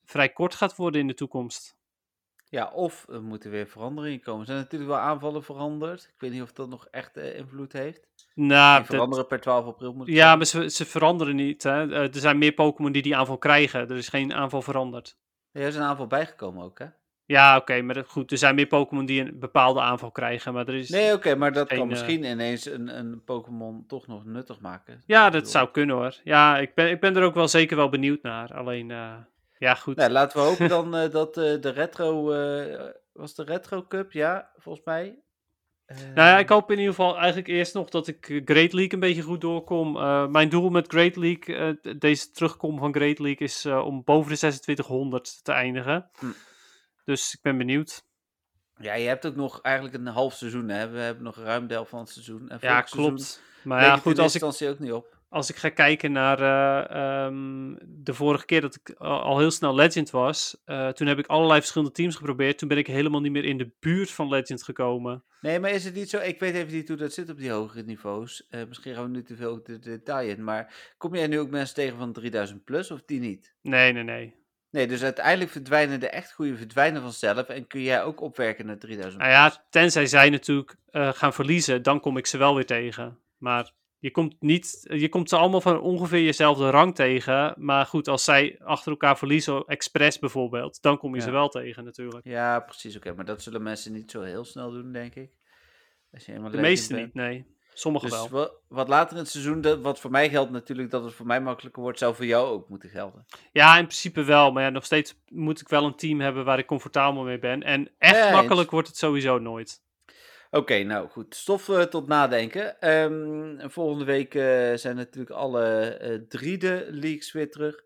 vrij kort gaat worden in de toekomst. Ja, of er moeten weer veranderingen komen. Er zijn natuurlijk wel aanvallen veranderd. Ik weet niet of dat nog echt uh, invloed heeft. Nou, Die veranderen dat, per twaalf april moet ik ja, zeggen. maar ze, ze veranderen niet. Hè? Uh, er zijn meer Pokémon die die aanval krijgen. Er is geen aanval veranderd. Ja, er is een aanval bijgekomen ook, hè? Ja, oké, okay, maar dat, goed. Er zijn meer Pokémon die een bepaalde aanval krijgen, maar er is... Nee, oké, okay, maar dat geen, kan misschien uh... ineens een, een Pokémon toch nog nuttig maken. Ja, dat bedoel, zou kunnen hoor. Ja, ik ben, ik ben er ook wel zeker wel benieuwd naar. Alleen, uh, ja goed. Nou, laten we hopen dan uh, dat uh, de Retro... Uh, was de Retro Cup? Ja, volgens mij. Uh... Nou ja, ik hoop in ieder geval eigenlijk eerst nog dat ik Great League een beetje goed doorkom. Uh, mijn doel met Great League, uh, deze terugkom van Great League, is uh, om boven de zesentwintighonderd te eindigen. Hm. Dus ik ben benieuwd. Ja, je hebt ook nog eigenlijk een half seizoen, hè? We hebben nog ruim de helft van het seizoen. En ja, klopt. Maar ja, goed, als ik, ook niet op. als ik ga kijken naar uh, um, de vorige keer dat ik al heel snel Legend was, uh, toen heb ik allerlei verschillende teams geprobeerd. Toen ben ik helemaal niet meer in de buurt van Legend gekomen. Nee, maar is het niet zo? Ik weet even niet hoe dat zit op die hogere niveaus. Uh, misschien gaan we nu te veel de detail in. Maar kom jij nu ook mensen tegen van drieduizend plus of die niet? Nee, nee, nee. Nee, dus uiteindelijk verdwijnen de echt goede verdwijnen vanzelf. En kun jij ook opwerken naar drieduizend plus. Nou ja, tenzij zij natuurlijk uh, gaan verliezen, dan kom ik ze wel weer tegen. Maar je komt, niet, je komt ze allemaal van ongeveer jezelfde rang tegen. Maar goed, als zij achter elkaar verliezen, expres bijvoorbeeld, dan kom je ja. ze wel tegen natuurlijk. Ja, precies. Oké, okay. Maar dat zullen mensen niet zo heel snel doen, denk ik. Als je de meeste bent. niet, nee. Sommigen dus wel. Wat, wat later in het seizoen, dat, wat voor mij geldt natuurlijk, dat het voor mij makkelijker wordt, zou voor jou ook moeten gelden. Ja, in principe wel. Maar ja, nog steeds moet ik wel een team hebben waar ik comfortabel mee ben. En echt ja, makkelijk eens. wordt het sowieso nooit. Oké, okay, nou goed. Stof uh, tot nadenken. Um, volgende week uh, zijn natuurlijk alle uh, drie de leagues weer terug.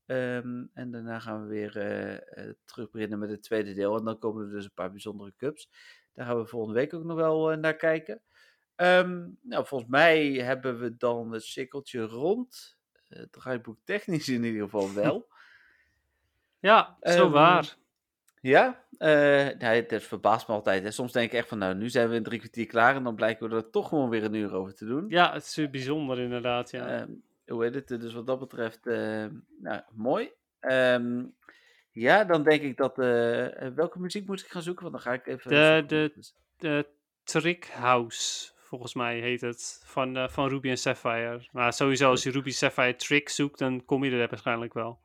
Um, en daarna gaan we weer uh, uh, terug beginnen met het tweede deel. En dan komen er dus een paar bijzondere cups. Daar gaan we volgende week ook nog wel uh, naar kijken. Um, nou, volgens mij hebben we dan het cirkeltje rond. Uh, het draaiboek technisch in ieder geval wel. Ja, zo um, waar. Ja, uh, nou, het verbaast me altijd. Hè. Soms denk ik echt van, nou, nu zijn we in drie kwartier klaar en dan blijken we er toch gewoon weer een uur over te doen. Ja, het is bijzonder inderdaad, ja. Uh, hoe heet het? Dus wat dat betreft, uh, nou, mooi. Um, ja, dan denk ik dat, uh, welke muziek moet ik gaan zoeken? Want dan ga ik even... De, de, de Trick House, volgens mij heet het, van, uh, van Ruby en Sapphire. Maar sowieso, als je Ruby Sapphire Trick zoekt, dan kom je er waarschijnlijk wel.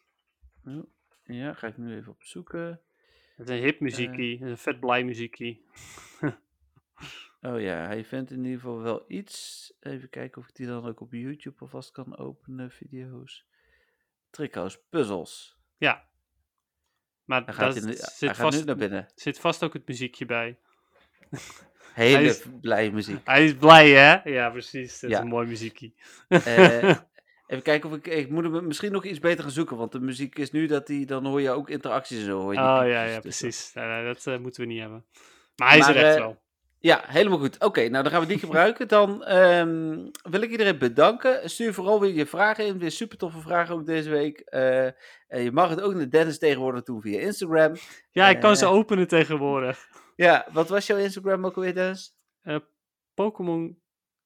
Ja, ga ik nu even opzoeken. Het is een hip muziekie, uh, een vet blij muziekie. Oh ja, hij vindt in ieder geval wel iets. Even kijken of ik die dan ook op YouTube alvast kan openen, video's. Trickhouse puzzels. Ja. Maar hij dat gaat, in de, zit, hij vast, gaat nu naar binnen. zit vast ook het muziekje bij. Hele is, blije muziek. Hij is blij, hè? Ja, precies. Dat ja. is een mooi muziekje. Uh, even kijken of ik... Ik moet hem misschien nog iets beter gaan zoeken, want de muziek is nu dat die... Dan hoor je ook interacties en zo. Hoor je oh piepjes, ja, ja, dus precies. Dat, uh, dat uh, moeten we niet hebben. Maar hij maar, is er echt uh, wel. Ja, helemaal goed. Oké, okay, nou dan gaan we die gebruiken. Dan um, wil ik iedereen bedanken. Stuur vooral weer je vragen in. Weer super toffe vragen ook deze week. Uh, uh, je mag het ook naar Dennis tegenwoordig doen via Instagram. Ja, ik kan uh, ze openen tegenwoordig. Ja, wat was jouw Instagram ook alweer, Dennis? Uh, Pokémon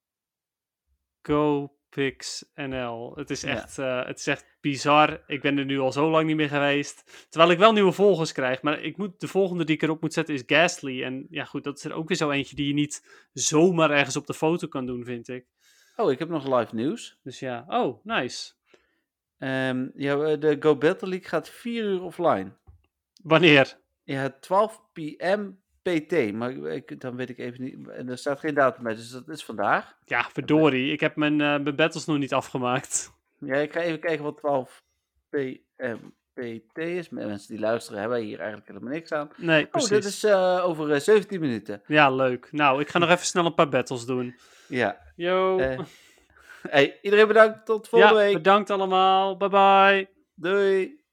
Go Pix N L. Het is, echt, ja. uh, het is echt bizar. Ik ben er nu al zo lang niet meer geweest. Terwijl ik wel nieuwe volgers krijg. Maar ik moet, de volgende die ik erop moet zetten is Ghastly. En ja goed, dat is er ook weer zo eentje die je niet zomaar ergens op de foto kan doen, vind ik. Oh, ik heb nog live nieuws. Dus ja, oh, nice. Um, ja, de Go Battle League gaat vier uur offline. Wanneer? Ja, twaalf p m P T, maar ik, dan weet ik even niet. En er staat geen datum bij, dus dat is vandaag. Ja, verdorie. Ik heb mijn, uh, mijn battles nog niet afgemaakt. Ja, ik ga even kijken wat twaalf p m P T is. Mensen die luisteren hebben hier eigenlijk helemaal niks aan. Nee, precies. Oh, dit is uh, over uh, zeventien minuten. Ja, leuk. Nou, ik ga nog even snel een paar battles doen. Ja. Yo. Uh, hey, iedereen bedankt. Tot volgende ja, week. Bedankt allemaal. Bye bye. Doei.